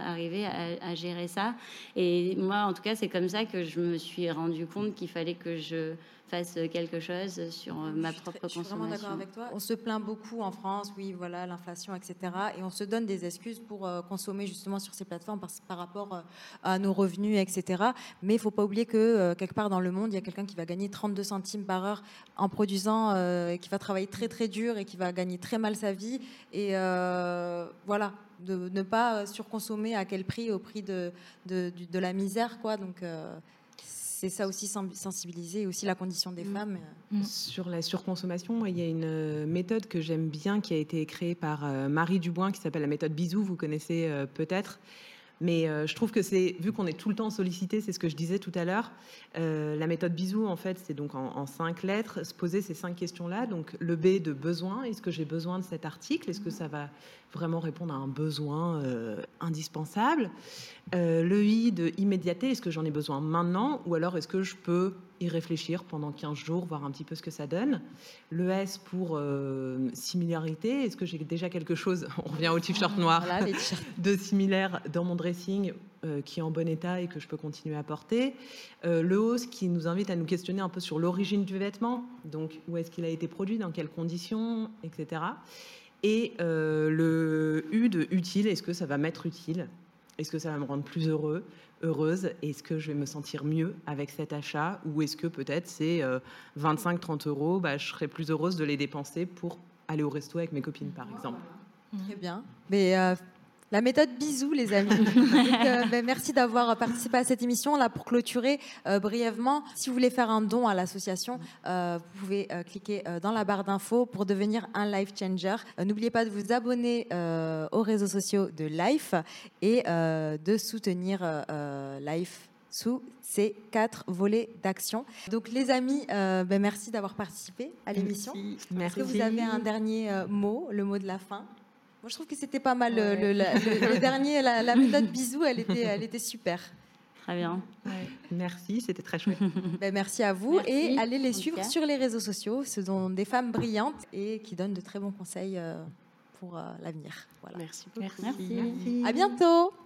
arriver à, à gérer ça. Et moi, en tout cas, c'est comme ça que je me suis rendu compte qu'il fallait que je fasse quelque chose sur ma je propre très, je suis consommation. vraiment d'accord avec toi. On se plaint beaucoup en France, oui, voilà, l'inflation, et cetera. Et on se donne des excuses pour euh, consommer justement sur ces plateformes par, par rapport euh, à nos revenus, et cetera. Mais il ne faut pas oublier que euh, quelque part dans le monde, il y a quelqu'un qui va gagner trente-deux centimes par heure en produisant, euh, qui va travailler très très dur et qui va gagner très mal sa vie. Et euh, voilà, de ne pas surconsommer à quel prix? Au prix de, de, de, de la misère, quoi. Donc... Euh, c'est ça aussi, sensibiliser, et aussi la condition des mmh. femmes. Sur la surconsommation, il y a une méthode que j'aime bien qui a été créée par Marie Duboin qui s'appelle la méthode Bisou, vous connaissez peut-être. Mais euh, je trouve que c'est, vu qu'on est tout le temps sollicité, c'est ce que je disais tout à l'heure, euh, la méthode Bisou, en fait, c'est donc en, en cinq lettres, se poser ces cinq questions-là. Donc le B de besoin, est-ce que j'ai besoin de cet article? Est-ce que ça va vraiment répondre à un besoin euh, indispensable? euh, Le I de immédiateté, est-ce que j'en ai besoin maintenant? Ou alors est-ce que je peux y réfléchir pendant quinze jours, voir un petit peu ce que ça donne? Le S pour euh, similarité, est-ce que j'ai déjà quelque chose, on revient au t-shirt noir, voilà, les t-shirts. de similaire dans mon dressing euh, qui est en bon état et que je peux continuer à porter? euh, Le O S qui nous invite à nous questionner un peu sur l'origine du vêtement, donc où est-ce qu'il a été produit, dans quelles conditions, et cetera. Et euh, le U de utile, est-ce que ça va m'être utile? Est-ce que ça va me rendre plus heureux, heureuse? Est-ce que je vais me sentir mieux avec cet achat? Ou est-ce que peut-être c'est euh, vingt-cinq à trente euros, bah, je serais plus heureuse de les dépenser pour aller au resto avec mes copines, par exemple. Très bien. Mais euh, la méthode Bisou, les amis. Donc, euh, ben, merci d'avoir participé à cette émission. Là, pour clôturer euh, brièvement, si vous voulez faire un don à l'association, euh, vous pouvez euh, cliquer euh, dans la barre d'infos pour devenir un life changer. Euh, n'oubliez pas de vous abonner euh, aux réseaux sociaux de Life et euh, de soutenir euh, Life sous ces quatre volets d'action. Donc les amis, euh, ben, merci d'avoir participé à l'émission. Merci. Est-ce que vous avez un dernier euh, mot, le mot de la fin? Moi, je trouve que c'était pas mal. Ouais. Le, le, le, le dernier, la, la méthode Bisou, elle était, elle était super. Très bien. Ouais. Merci, c'était très chouette. Ben, merci à vous. Merci. Et allez les En suivre tout cas. sur les réseaux sociaux. Ce sont des femmes brillantes et qui donnent de très bons conseils euh, pour euh, l'avenir. Voilà. Merci beaucoup. Merci. À bientôt.